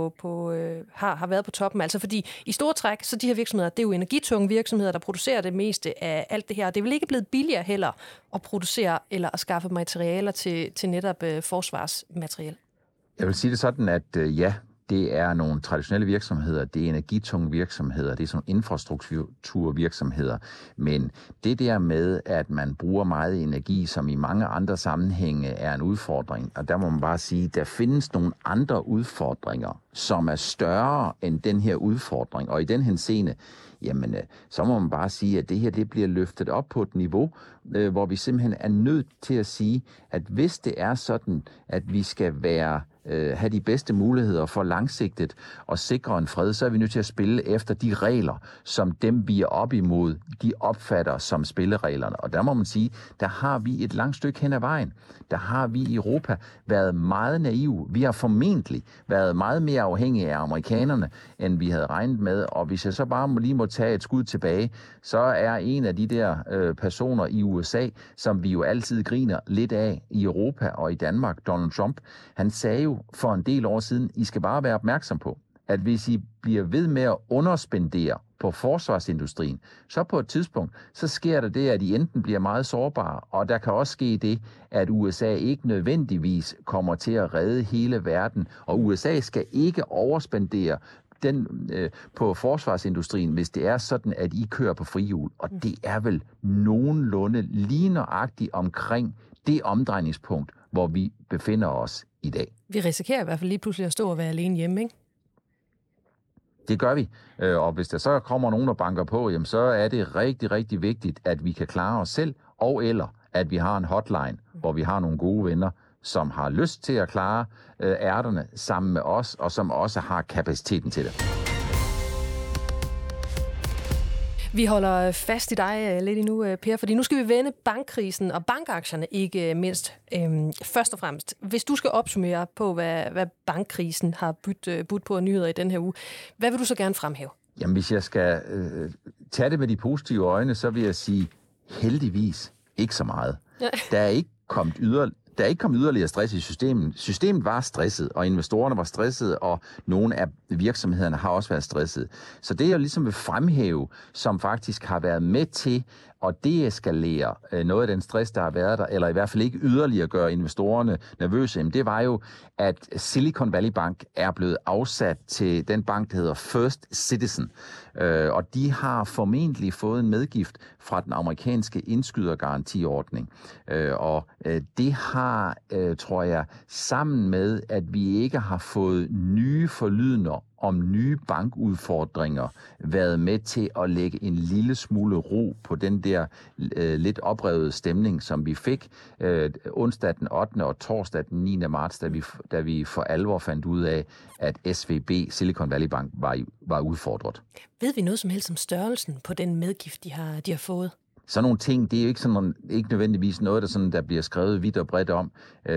er har været på toppen? Altså fordi i store træk, så de her virksomheder, det er jo energitunge virksomheder, der producerer det meste af alt det her. Det er vel ikke blevet billigere heller at producere eller at skaffe materialer til netop forsvarsmateriel? Jeg vil sige det sådan, at ja, det er nogle traditionelle virksomheder, det er energitunge virksomheder, det er sådan infrastrukturvirksomheder, men det der med, at man bruger meget energi, som i mange andre sammenhænge er en udfordring, og der må man bare sige, der findes nogle andre udfordringer, som er større end den her udfordring, og i den henseende, jamen, så må man bare sige, at det her det bliver løftet op på et niveau, hvor vi simpelthen er nødt til at sige, at hvis det er sådan, at vi skal have de bedste muligheder for langsigtet og sikre en fred, så er vi nødt til at spille efter de regler, som dem vi er op imod, de opfatter som spillereglerne. Og der må man sige, der har vi et langt stykke hen ad vejen. Der har vi i Europa været meget naive. Vi har formentlig været meget mere afhængige af amerikanerne, end vi havde regnet med. Og hvis jeg så bare lige må tage et skud tilbage, så er en af de der personer i USA, som vi jo altid griner lidt af i Europa og i Danmark, Donald Trump, han sagde jo for en del år siden, I skal bare være opmærksom på, at hvis I bliver ved med at underspendere på forsvarsindustrien, så på et tidspunkt, så sker der det, at I enten bliver meget sårbare, og der kan også ske det, at USA ikke nødvendigvis kommer til at redde hele verden, og USA skal ikke overspendere på forsvarsindustrien, hvis det er sådan, at I kører på frihjul. Og det er vel nogenlunde lige nøjagtigt omkring det omdrejningspunkt, hvor vi befinder os i dag. Vi risikerer i hvert fald lige pludselig at stå og være alene hjemme, ikke? Det gør vi, og hvis der så kommer nogen, der banker på, jamen, så er det rigtig, rigtig vigtigt, at vi kan klare os selv, og eller at vi har en hotline, hvor vi har nogle gode venner, som har lyst til at klare ærterne sammen med os, og som også har kapaciteten til det. Vi holder fast i dig lidt endnu, Per, fordi nu skal vi vende bankkrisen og bankaktierne ikke mindst. Først og fremmest, hvis du skal opsummere på, hvad bankkrisen har budt på af nyheder i den her uge, hvad vil du så gerne fremhæve? Jamen, hvis jeg skal tage det med de positive øjne, så vil jeg sige, heldigvis ikke så meget. Ja. Der er ikke kommet yderligere stress i systemet. Systemet var stresset, og investorerne var stresset, og nogle af virksomhederne har også været stresset. Så det, jeg ligesom vil fremhæve, som faktisk har været med til at deeskalere noget af den stress, der har været der, eller i hvert fald ikke yderligere gøre investorerne nervøse, det var jo, at Silicon Valley Bank er blevet afsat til den bank, der hedder First Citizen. Og de har formentlig fået en medgift fra den amerikanske indskydergarantiordning. Og det har, tror jeg, sammen med, at vi ikke har fået nye forlydender om nye bankudfordringer, været med til at lægge en lille smule ro på den der lidt oprevede stemning, som vi fik onsdag den 8. og torsdag den 9. marts, da vi for alvor fandt ud af, at SVB, Silicon Valley Bank, var udfordret. Ved vi noget som helst om størrelsen på den medgift, de har fået? Sådan nogle ting, det er jo ikke nødvendigvis noget, der bliver skrevet vidt og bredt om.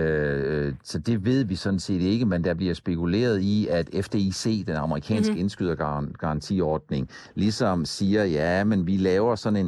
Så det ved vi sådan set ikke, men der bliver spekuleret i, at FDIC, den amerikanske indskydergarantiordning, ligesom siger, ja, men vi laver sådan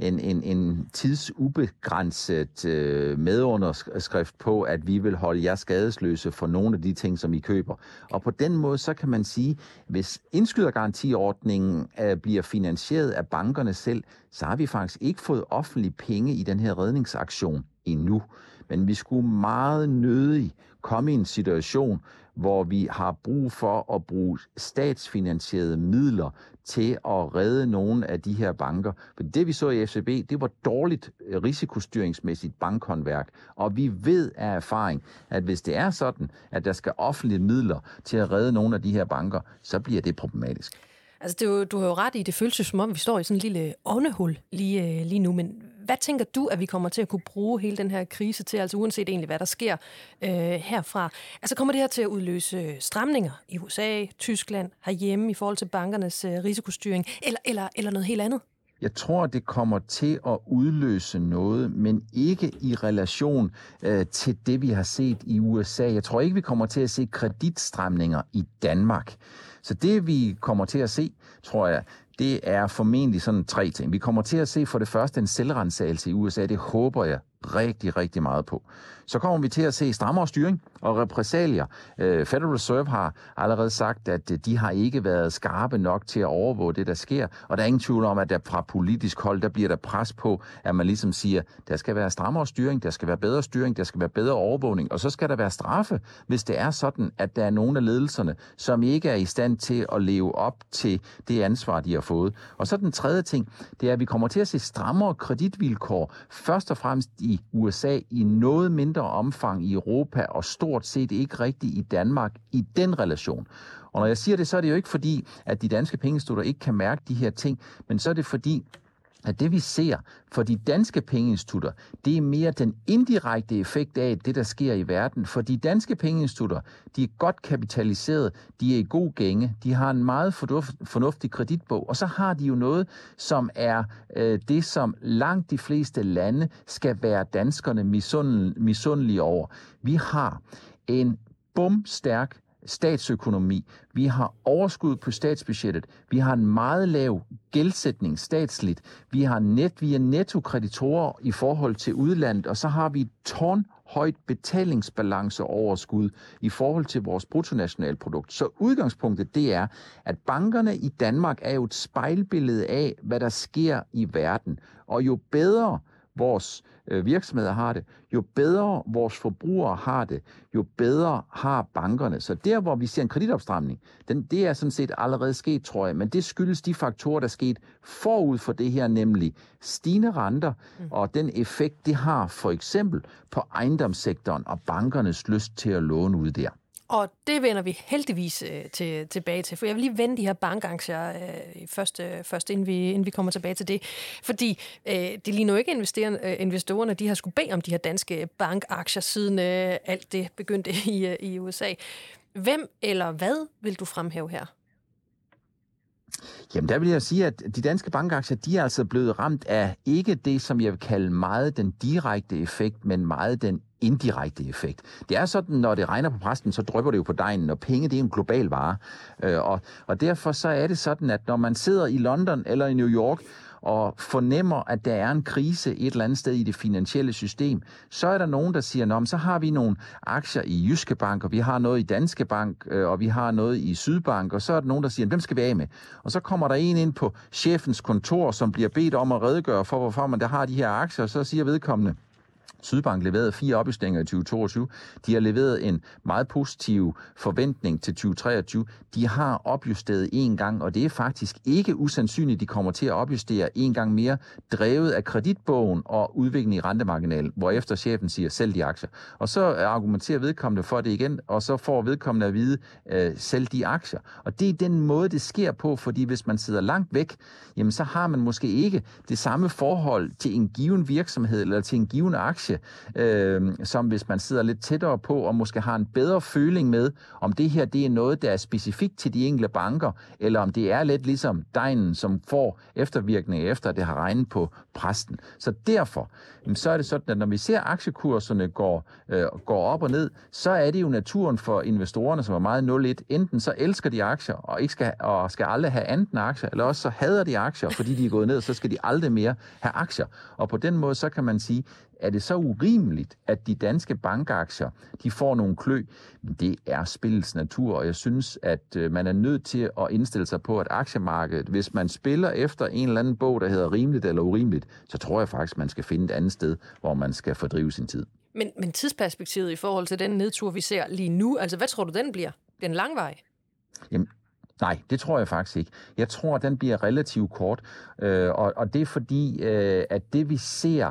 en tidsubegrænset medunderskrift på, at vi vil holde jer skadesløse for nogle af de ting, som I køber. Og på den måde, så kan man sige, hvis indskydergarantiordningen bliver finansieret af bankerne selv, så har vi faktisk ikke fået offentlige penge i den her redningsaktion endnu. Men vi skulle meget nødig komme i en situation, hvor vi har brug for at bruge statsfinansierede midler til at redde nogle af de her banker. For det vi så i FCB, det var dårligt risikostyringsmæssigt bankhåndværk. Og vi ved af erfaring, at hvis det er sådan, at der skal offentlige midler til at redde nogle af de her banker, så bliver det problematisk. Altså, du har jo ret i, det føles som om, vi står i sådan en lille åndehul lige nu, men hvad tænker du, at vi kommer til at kunne bruge hele den her krise til, altså uanset egentlig, hvad der sker herfra? Altså kommer det her til at udløse stramninger i USA, Tyskland, herhjemme i forhold til bankernes risikostyring, eller noget helt andet? Jeg tror, det kommer til at udløse noget, men ikke i relation til det, vi har set i USA. Jeg tror ikke, vi kommer til at se kreditstramninger i Danmark. Så det, vi kommer til at se, tror jeg, det er formentlig sådan 3 ting. Vi kommer til at se for det første en selvrensagelse i USA. Det håber jeg rigtig, rigtig meget på. Så kommer vi til at se strammere styring og repressalier. Federal Reserve har allerede sagt, at de har ikke været skarpe nok til at overvåge det, der sker. Og der er ingen tvivl om, at der fra politisk hold, der bliver der pres på, at man ligesom siger, der skal være strammere styring, der skal være bedre styring, der skal være bedre overvågning, og så skal der være straffe, hvis det er sådan, at der er nogle af ledelserne, som ikke er i stand til at leve op til det ansvar, de har fået. Og så den tredje ting, det er, at vi kommer til at se strammere kreditvilkår, først og fremmest i USA, i noget mindre omfang i Europa, og stort set ikke rigtigt i Danmark i den relation. Og når jeg siger det, så er det jo ikke fordi, at de danske pengeinstitutter ikke kan mærke de her ting, men så er det fordi, at det vi ser for de danske pengeinstitutter, det er mere den indirekte effekt af det, der sker i verden. For de danske pengeinstitutter, de er godt kapitaliseret, de er i god gænge, de har en meget fornuftig kreditbog, og så har de jo noget, som er det, som langt de fleste lande skal være danskerne misundelige over. Vi har en bumstærk statsøkonomi. Vi har overskud på statsbudgettet. Vi har en meget lav gældsætning statsligt. Vi er nettokreditorer i forhold til udlandet, og så har vi et tårnhøjt betalingsbalanceoverskud i forhold til vores bruttonationalprodukt. Så udgangspunktet det er, at bankerne i Danmark er jo et spejlbillede af, hvad der sker i verden. Og jo bedre vores virksomheder har det, jo bedre vores forbrugere har det, jo bedre har bankerne. Så der, hvor vi ser en kreditopstramning, det er sådan set allerede sket, tror jeg, men det skyldes de faktorer, der er sket forud for det her, nemlig stigende renter, og den effekt, det har for eksempel på ejendomssektoren og bankernes lyst til at låne ud der. Og det vender vi heldigvis tilbage til, for jeg vil lige vende de her bankaktier først inden vi kommer tilbage til det. Fordi det lige nu ikke investorerne, de har skulle bede om de her danske bankaktier, siden alt det begyndte i USA. Hvem eller hvad vil du fremhæve her? Jamen, der vil jeg sige, at de danske bankaktier, de er altså blevet ramt af ikke det, som jeg vil kalde meget den direkte effekt, men meget den indirekte effekt. Det er sådan, når det regner på præsten, så drypper det jo på dejen, og penge, det er en global vare. Og derfor så er det sådan, at når man sidder i London eller i New York, og fornemmer, at der er en krise et eller andet sted i det finansielle system, så er der nogen, der siger, så har vi nogle aktier i Jyske Bank, og vi har noget i Danske Bank, og vi har noget i Sydbank, og så er der nogen, der siger, dem skal vi af med. Og så kommer der en ind på chefens kontor, som bliver bedt om at redegøre for, hvorfor man der har de her aktier, og så siger vedkommende, Sydbank leverede 4 opjusteringer i 2022. De har leveret en meget positiv forventning til 2023. De har opjusteret en gang, og det er faktisk ikke usandsynligt, de kommer til at opjustere en gang mere, drevet af kreditbogen og udviklingen i rentemarginalen, hvorefter chefen siger, sælg de aktier. Og så argumenterer vedkommende for det igen, og så får vedkommende at vide, sælg de aktier. Og det er den måde, det sker på, fordi hvis man sidder langt væk, jamen så har man måske ikke det samme forhold til en given virksomhed eller til en given aktie, som hvis man sidder lidt tættere på og måske har en bedre føling med, om det her det er noget, der er specifikt til de enkelte banker, eller om det er lidt ligesom dejen, som får eftervirkning efter, at det har regnet på præsten. Så derfor, så er det sådan, at når vi ser aktiekurserne går op og ned, så er det jo naturen for investorerne, som er meget 0-1. Enten så elsker de aktier og skal aldrig have anden aktier, eller også så hader de aktier, fordi de er gået ned, så skal de aldrig mere have aktier. Og på den måde, så kan man sige, er det så urimeligt, at de danske bankaktier, de får nogle klø? Det er spillets natur, og jeg synes, at man er nødt til at indstille sig på, at aktiemarkedet, hvis man spiller efter en eller anden bog, der hedder rimeligt eller urimeligt, så tror jeg faktisk, man skal finde et andet sted, hvor man skal fordrive sin tid. Men tidsperspektivet i forhold til den nedtur, vi ser lige nu, altså hvad tror du, den bliver? Den langvej? Jamen, nej, det tror jeg faktisk ikke. Jeg tror, den bliver relativt kort, og det er fordi, at det vi ser,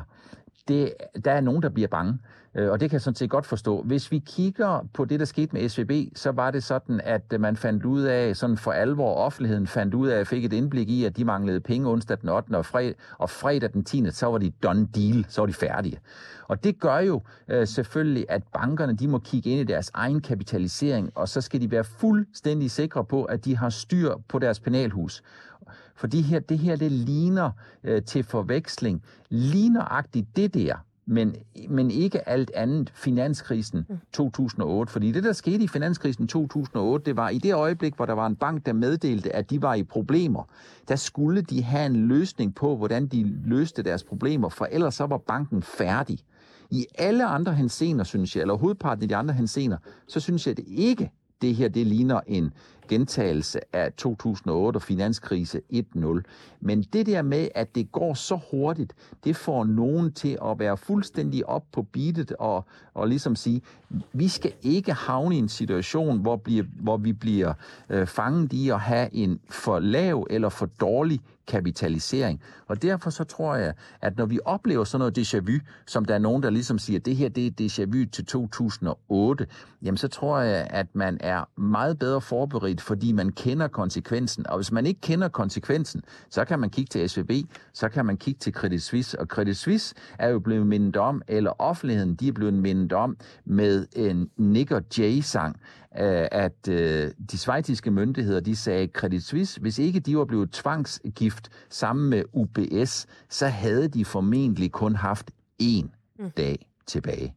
der er nogen, der bliver bange, og det kan jeg sådan set godt forstå. Hvis vi kigger på det, der skete med SVB, så var det sådan, at man fandt ud af, sådan for alvor offentligheden fandt ud af, fik et indblik i, at de manglede penge onsdag den 8. og fredag den 10. så var de done deal, så var de færdige. Og det gør jo selvfølgelig, at bankerne de må kigge ind i deres egen kapitalisering, og så skal de være fuldstændig sikre på, at de har styr på deres penalhus. For det her ligner til forveksling, ligneragtigt det der, men ikke alt andet finanskrisen 2008. Fordi det, der skete i finanskrisen 2008, det var i det øjeblik, hvor der var en bank, der meddelte, at de var i problemer. Der skulle de have en løsning på, hvordan de løste deres problemer, for ellers så var banken færdig. I alle andre henseender, synes jeg, eller hovedparten af de andre henseender, så synes jeg det ikke, det her det ligner en gentagelse af 2008 og finanskrise 1.0. Men det der med, at det går så hurtigt, det får nogen til at være fuldstændig op på beatet og ligesom sige, vi skal ikke havne i en situation, hvor vi bliver fanget i at have en for lav eller for dårlig kapitalisering. Og derfor så tror jeg, at når vi oplever sådan noget déjà vu, som der er nogen, der ligesom siger, at det her det er déjà vu til 2008, jamen så tror jeg, at man er meget bedre forberedt, fordi man kender konsekvensen. Og hvis man ikke kender konsekvensen, så kan man kigge til SVB, så kan man kigge til Credit Suisse. Og Credit Suisse er jo blevet mindet om, eller offentligheden, de er blevet mindet om med en Nick og Jay-sang, at de schweiziske myndigheder, de sagde, Credit Suisse, hvis ikke de var blevet tvangsgift sammen med UBS, så havde de formentlig kun haft 1 dag tilbage.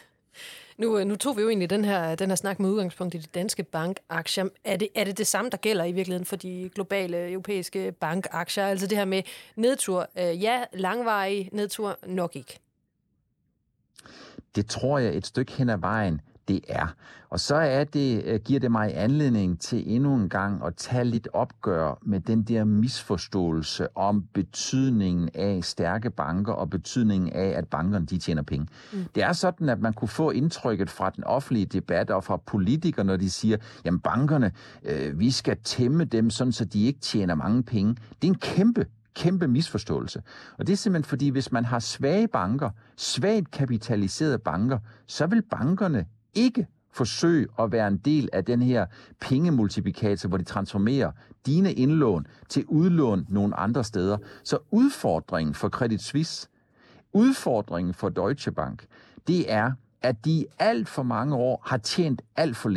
Nu tog vi jo egentlig den her snak med udgangspunkt i de danske bankaktier. Er det samme, der gælder i virkeligheden for de globale europæiske bankaktier? Altså det her med nedtur, ja, langvarig nedtur, nok ikke. Det tror jeg et stykke hen ad vejen, det er. Og så giver det mig anledning til endnu en gang at tage lidt opgør med den der misforståelse om betydningen af stærke banker og betydningen af, at bankerne de tjener penge. Det er sådan, at man kunne få indtrykket fra den offentlige debat og fra politikere, når de siger, jamen bankerne, vi skal tæmme dem, sådan så de ikke tjener mange penge. Det er en kæmpe misforståelse. Og det er simpelthen fordi, hvis man har svage banker, svagt kapitaliserede banker, så vil bankerne ikke forsøge at være en del af den her pengemultiplikator, hvor de transformerer dine indlån til udlån nogle andre steder. Så udfordringen for Credit Suisse, udfordringen for Deutsche Bank, det er, at de alt for mange år har tjent alt for lidt.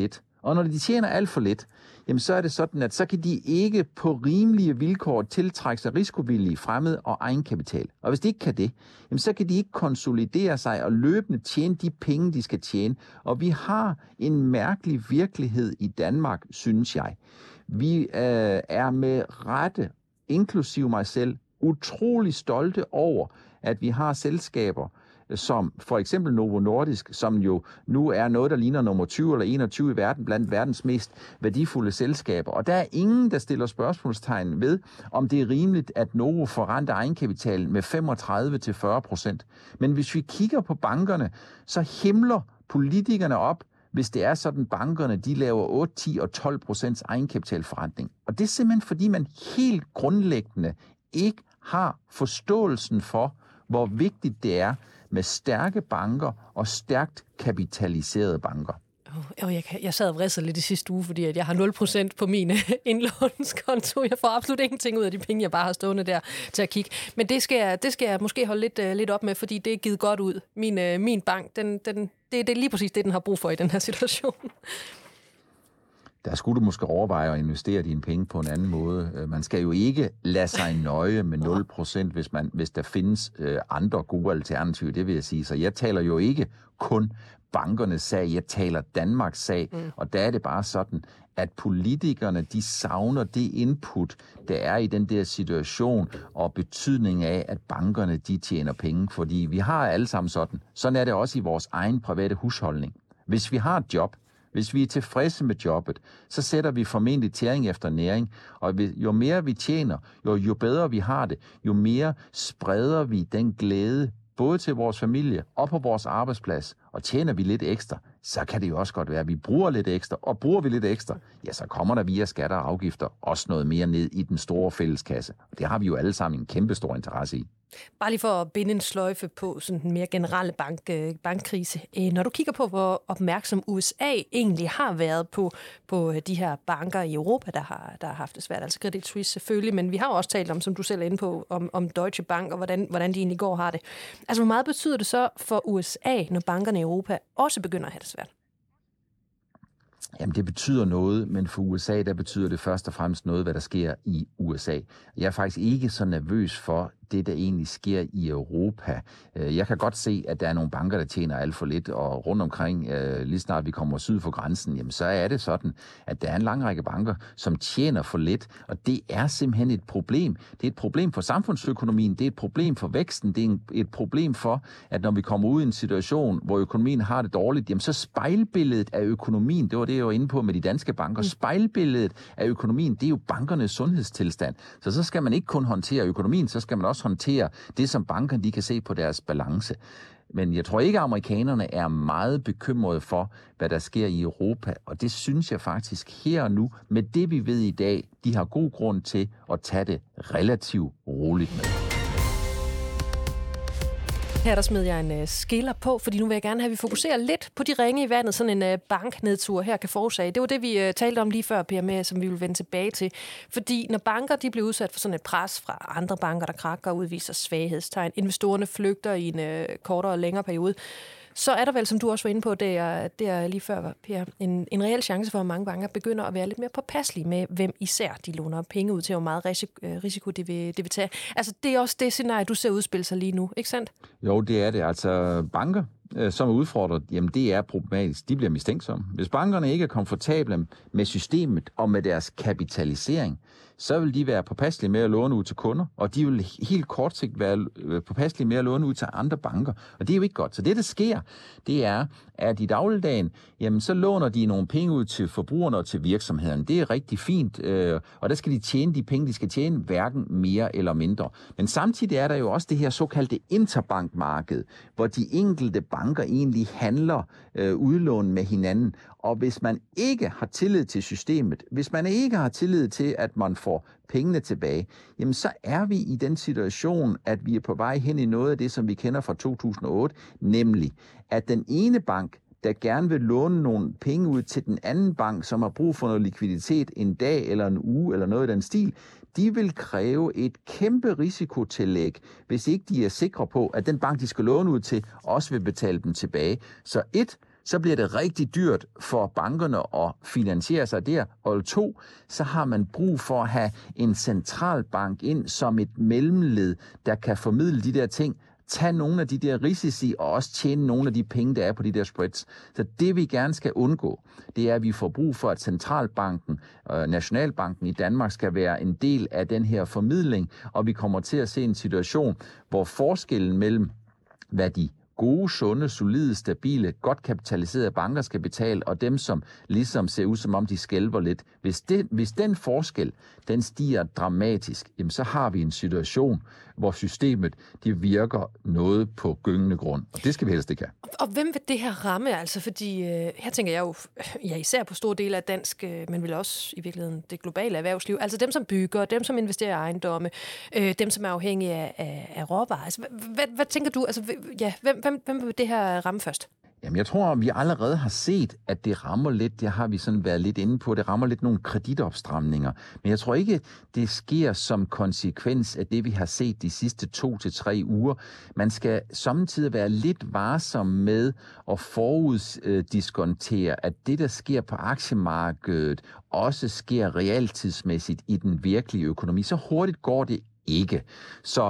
Og når de tjener alt for lidt, jamen så er det sådan, at så kan de ikke på rimelige vilkår tiltrække sig risikovillige fremmede og egenkapital. Og hvis de ikke kan det, jamen så kan de ikke konsolidere sig og løbende tjene de penge, de skal tjene. Og vi har en mærkelig virkelighed i Danmark, synes jeg. Vi er med rette, inklusive mig selv, utrolig stolte over, at vi har selskaber, som for eksempel Novo Nordisk, som jo nu er noget, der ligner nummer 20 eller 21 i verden, blandt verdens mest værdifulde selskaber. Og der er ingen, der stiller spørgsmålstegn ved, om det er rimeligt, at Novo forrenter egenkapitalen med 35-40%. Men hvis vi kigger på bankerne, så himler politikerne op, hvis det er sådan, bankerne de laver 8, 10 og 12% egenkapitalforrentning. Og det er simpelthen, fordi man helt grundlæggende ikke har forståelsen for, hvor vigtigt det er med stærke banker og stærkt kapitaliserede banker. Jeg sad og vrissede lidt i sidste uge, fordi at jeg har 0% på min indlånskonto. Jeg får absolut ingenting ud af de penge, jeg bare har stående der til at kigge. Men det skal jeg måske holde lidt op med, fordi det er givet godt ud. Min bank, det er lige præcis det, den har brug for i den her situation. Der skulle du måske overveje at investere dine penge på en anden måde. Man skal jo ikke lade sig nøje med 0%, hvis der findes andre gode alternativer, det vil jeg sige. Så jeg taler jo ikke kun bankernes sag, jeg taler Danmarks sag, og der er det bare sådan, at politikerne, de savner det input, der er i den der situation, og betydning af, at bankerne, de tjener penge, fordi vi har alle sammen sådan. Sådan er det også i vores egen private husholdning. Hvis vi har et job, hvis vi er tilfredse med jobbet, så sætter vi formentlig tæring efter næring, og jo mere vi tjener, jo bedre vi har det, jo mere spreder vi den glæde, både til vores familie og på vores arbejdsplads, og tjener vi lidt ekstra, så kan det jo også godt være, at vi bruger lidt ekstra, og bruger vi lidt ekstra, ja, så kommer der via skatter og afgifter også noget mere ned i den store fælleskasse. Og det har vi jo alle sammen en kæmpe stor interesse i. Bare lige for at binde en sløjfe på sådan den mere generelle bankkrise. Når du kigger på, hvor opmærksom USA egentlig har været på de her banker i Europa, der har haft det svært, altså Credit Suisse selvfølgelig, men vi har jo også talt om, som du selv er inde på, om Deutsche Bank og hvordan de egentlig går har det. Altså, hvor meget betyder det så for USA, når bankerne i Europa også begynder at have det svært? Jamen, det betyder noget, men for USA, der betyder det først og fremmest noget, hvad der sker i USA. Jeg er faktisk ikke så nervøs for det, der egentlig sker i Europa. Jeg kan godt se, at der er nogle banker, der tjener alt for lidt, og rundt omkring, lige snart vi kommer syd for grænsen, jamen, så er det sådan, at der er en lang række banker, som tjener for lidt, og det er simpelthen et problem. Det er et problem for samfundsøkonomien, det er et problem for væksten, det er et problem for, at når vi kommer ud i en situation, hvor økonomien har det dårligt, jamen så spejlbilledet af økonomien, det var det, jeg var inde på med de danske banker, spejlbilledet af økonomien, det er jo bankernes sundhedstilstand. Så skal man ikke kun håndtere økonomien, så skal man også håndtere det, som bankerne de kan se på deres balance. Men jeg tror ikke, at amerikanerne er meget bekymrede for, hvad der sker i Europa, og det synes jeg faktisk her og nu, med det vi ved i dag, de har god grund til at tage det relativt roligt med. Her der smed jeg en skiller på, fordi nu vil jeg gerne have, at vi fokuserer lidt på de ringe i vandet, sådan en banknedtur her kan forårsage. Det var det, vi talte om lige før, Per, med, som vi vil vende tilbage til. Fordi når banker de bliver udsat for sådan et pres fra andre banker, der krakker og udviser svaghedstegn, investorerne flygter i en kortere og længere periode, så er der vel, som du også var inde på, der lige før, Per, en reel chance for, at mange banker begynder at være lidt mere påpasselige med, hvem især de låner penge ud til, og hvor meget risiko det vil tage. Altså, det er også det scenarie, du ser udspille sig lige nu, ikke sandt? Jo, det er det. Altså, banker, som er udfordret, jamen det er problematisk. De bliver mistænksomme. Hvis bankerne ikke er komfortable med systemet og med deres kapitalisering, så vil de være påpasselige med at låne ud til kunder, og de vil helt kort sigt være påpasselige med at låne ud til andre banker. Og det er jo ikke godt. Så det, der sker, det er, at i dagligdagen, jamen så låner de nogle penge ud til forbrugerne og til virksomhederne. Det er rigtig fint, og der skal de tjene de penge, de skal tjene, hverken mere eller mindre. Men samtidig er der jo også det her såkaldte interbankmarked, hvor de enkelte banker egentlig handler udlån med hinanden. Og hvis man ikke har tillid til systemet, hvis man ikke har tillid til, at man får pengene tilbage, jamen så er vi i den situation, at vi er på vej hen i noget af det, som vi kender fra 2008, nemlig at den ene bank, der gerne vil låne nogle penge ud til den anden bank, som har brug for noget likviditet en dag eller en uge eller noget i den stil, de vil kræve et kæmpe risikotillæg, hvis ikke de er sikre på, at den bank, de skal låne ud til, også vil betale dem tilbage. Så så bliver det rigtig dyrt for bankerne at finansiere sig der. Og 2, så har man brug for at have en centralbank ind som et mellemled, der kan formidle de der ting, tage nogle af de der risici og også tjene nogle af de penge, der er på de der spreads. Så det vi gerne skal undgå, det er, at vi får brug for, at centralbanken, Nationalbanken i Danmark, skal være en del af den her formidling, og vi kommer til at se en situation, hvor forskellen mellem, hvad de gode, sunde, solide, stabile, godt kapitaliserede banker skal betale, og dem, som ligesom ser ud, som om de skælver lidt. Hvis den forskel, den stiger dramatisk, jamen, så har vi en situation, hvor systemet, det virker noget på gyngende grund. Og det skal vi helst ikke have. Og hvem vil det her ramme? Altså, fordi her tænker jeg jo, især på store dele af dansk, men vel også i virkeligheden det globale erhvervsliv. Altså dem, som bygger, dem, som investerer i ejendomme, dem, som er afhængige af råvarer. Altså, hvad tænker du? Altså, hvem vil det her ramme først? Jamen, jeg tror, vi allerede har set, at det rammer lidt, det har vi sådan været lidt inde på, det rammer lidt nogle kreditopstramninger. Men jeg tror ikke, det sker som konsekvens af det, vi har set de sidste 2 til 3 uger. Man skal samtidig være lidt varsom med at foruddiskontere, at det, der sker på aktiemarkedet, også sker realtidsmæssigt i den virkelige økonomi. Så hurtigt går det ikke. Så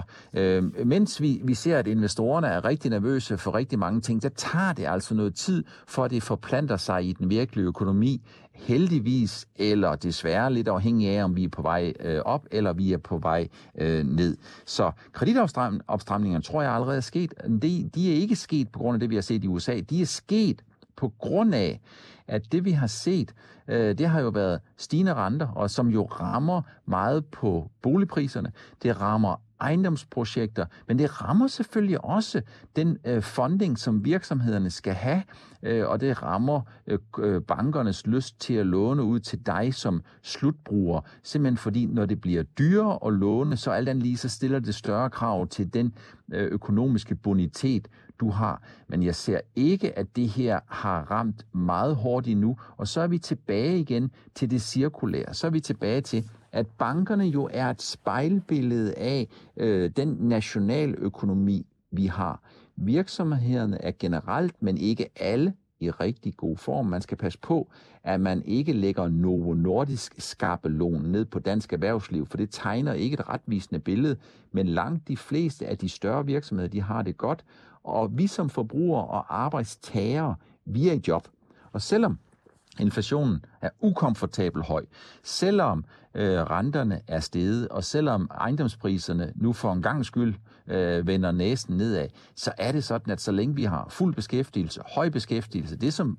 mens vi ser, at investorerne er rigtig nervøse for rigtig mange ting, så tager det altså noget tid, for at det forplanter sig i den virkelige økonomi. Heldigvis, eller desværre lidt afhængig af, om vi er på vej op, eller vi er på vej ned. Så kreditopstramningerne tror jeg allerede er sket. De er ikke sket på grund af det, vi har set i USA. De er sket på grund af, at det vi har set, det har jo været stigende renter, og som jo rammer meget på boligpriserne. Det rammer ejendomsprojekter, men det rammer selvfølgelig også den funding, som virksomhederne skal have, og det rammer bankernes lyst til at låne ud til dig som slutbruger. Simpelthen fordi, når det bliver dyrere at låne, så alt andet lige, så stiller det større krav til den økonomiske bonitet, du har. Men jeg ser ikke, at det her har ramt meget hårdt endnu, og så er vi tilbage igen til det cirkulære. Så er vi tilbage til, at bankerne jo er et spejlbillede af den nationaløkonomi, vi har. Virksomhederne er generelt, men ikke alle, i rigtig god form. Man skal passe på, at man ikke lægger Novo Nordisk skabelon ned på dansk erhvervsliv, for det tegner ikke et retvisende billede, men langt de fleste af de større virksomheder, de har det godt, og vi som forbrugere og arbejdstagere, vi er i job. Og selvom inflationen er ukomfortabel høj, selvom renterne er steget, og selvom ejendomspriserne nu for en gang skyld vender næsen nedad, så er det sådan, at så længe vi har fuld beskæftigelse, høj beskæftigelse, det som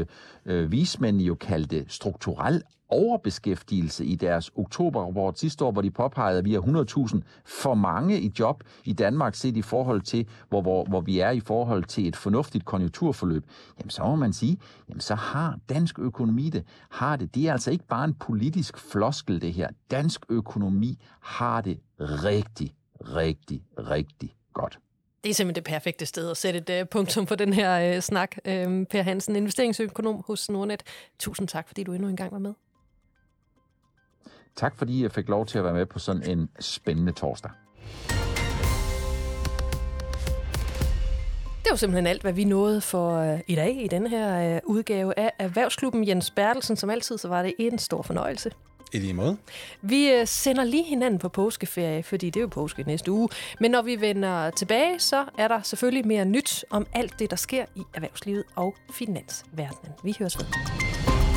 vismændene jo kaldte strukturel overbeskæftigelse i deres oktoberrapport sidste år, hvor de påpegede, at vi har 100.000 for mange i job i Danmark, set i forhold til, hvor vi er i forhold til et fornuftigt konjunkturforløb, jamen så må man sige, jamen så har dansk økonomi det. Det er altså ikke bare en politisk floskel, det her. Dansk økonomi har det rigtig, rigtig, rigtig godt. Det er simpelthen det perfekte sted at sætte et punktum på den her snak. Per Hansen, investeringsøkonom hos Nordnet. Tusind tak, fordi du endnu en gang var med. Tak, fordi jeg fik lov til at være med på sådan en spændende torsdag. Det var simpelthen alt, hvad vi nåede for i dag i denne her udgave af Erhvervsklubben. Jens Bertelsen, som altid, så var det en stor fornøjelse. I lige måde. Vi sender lige hinanden på påskeferie, fordi det er jo påske næste uge. Men når vi vender tilbage, så er der selvfølgelig mere nyt om alt det, der sker i erhvervslivet og finansverdenen. Vi høres ved.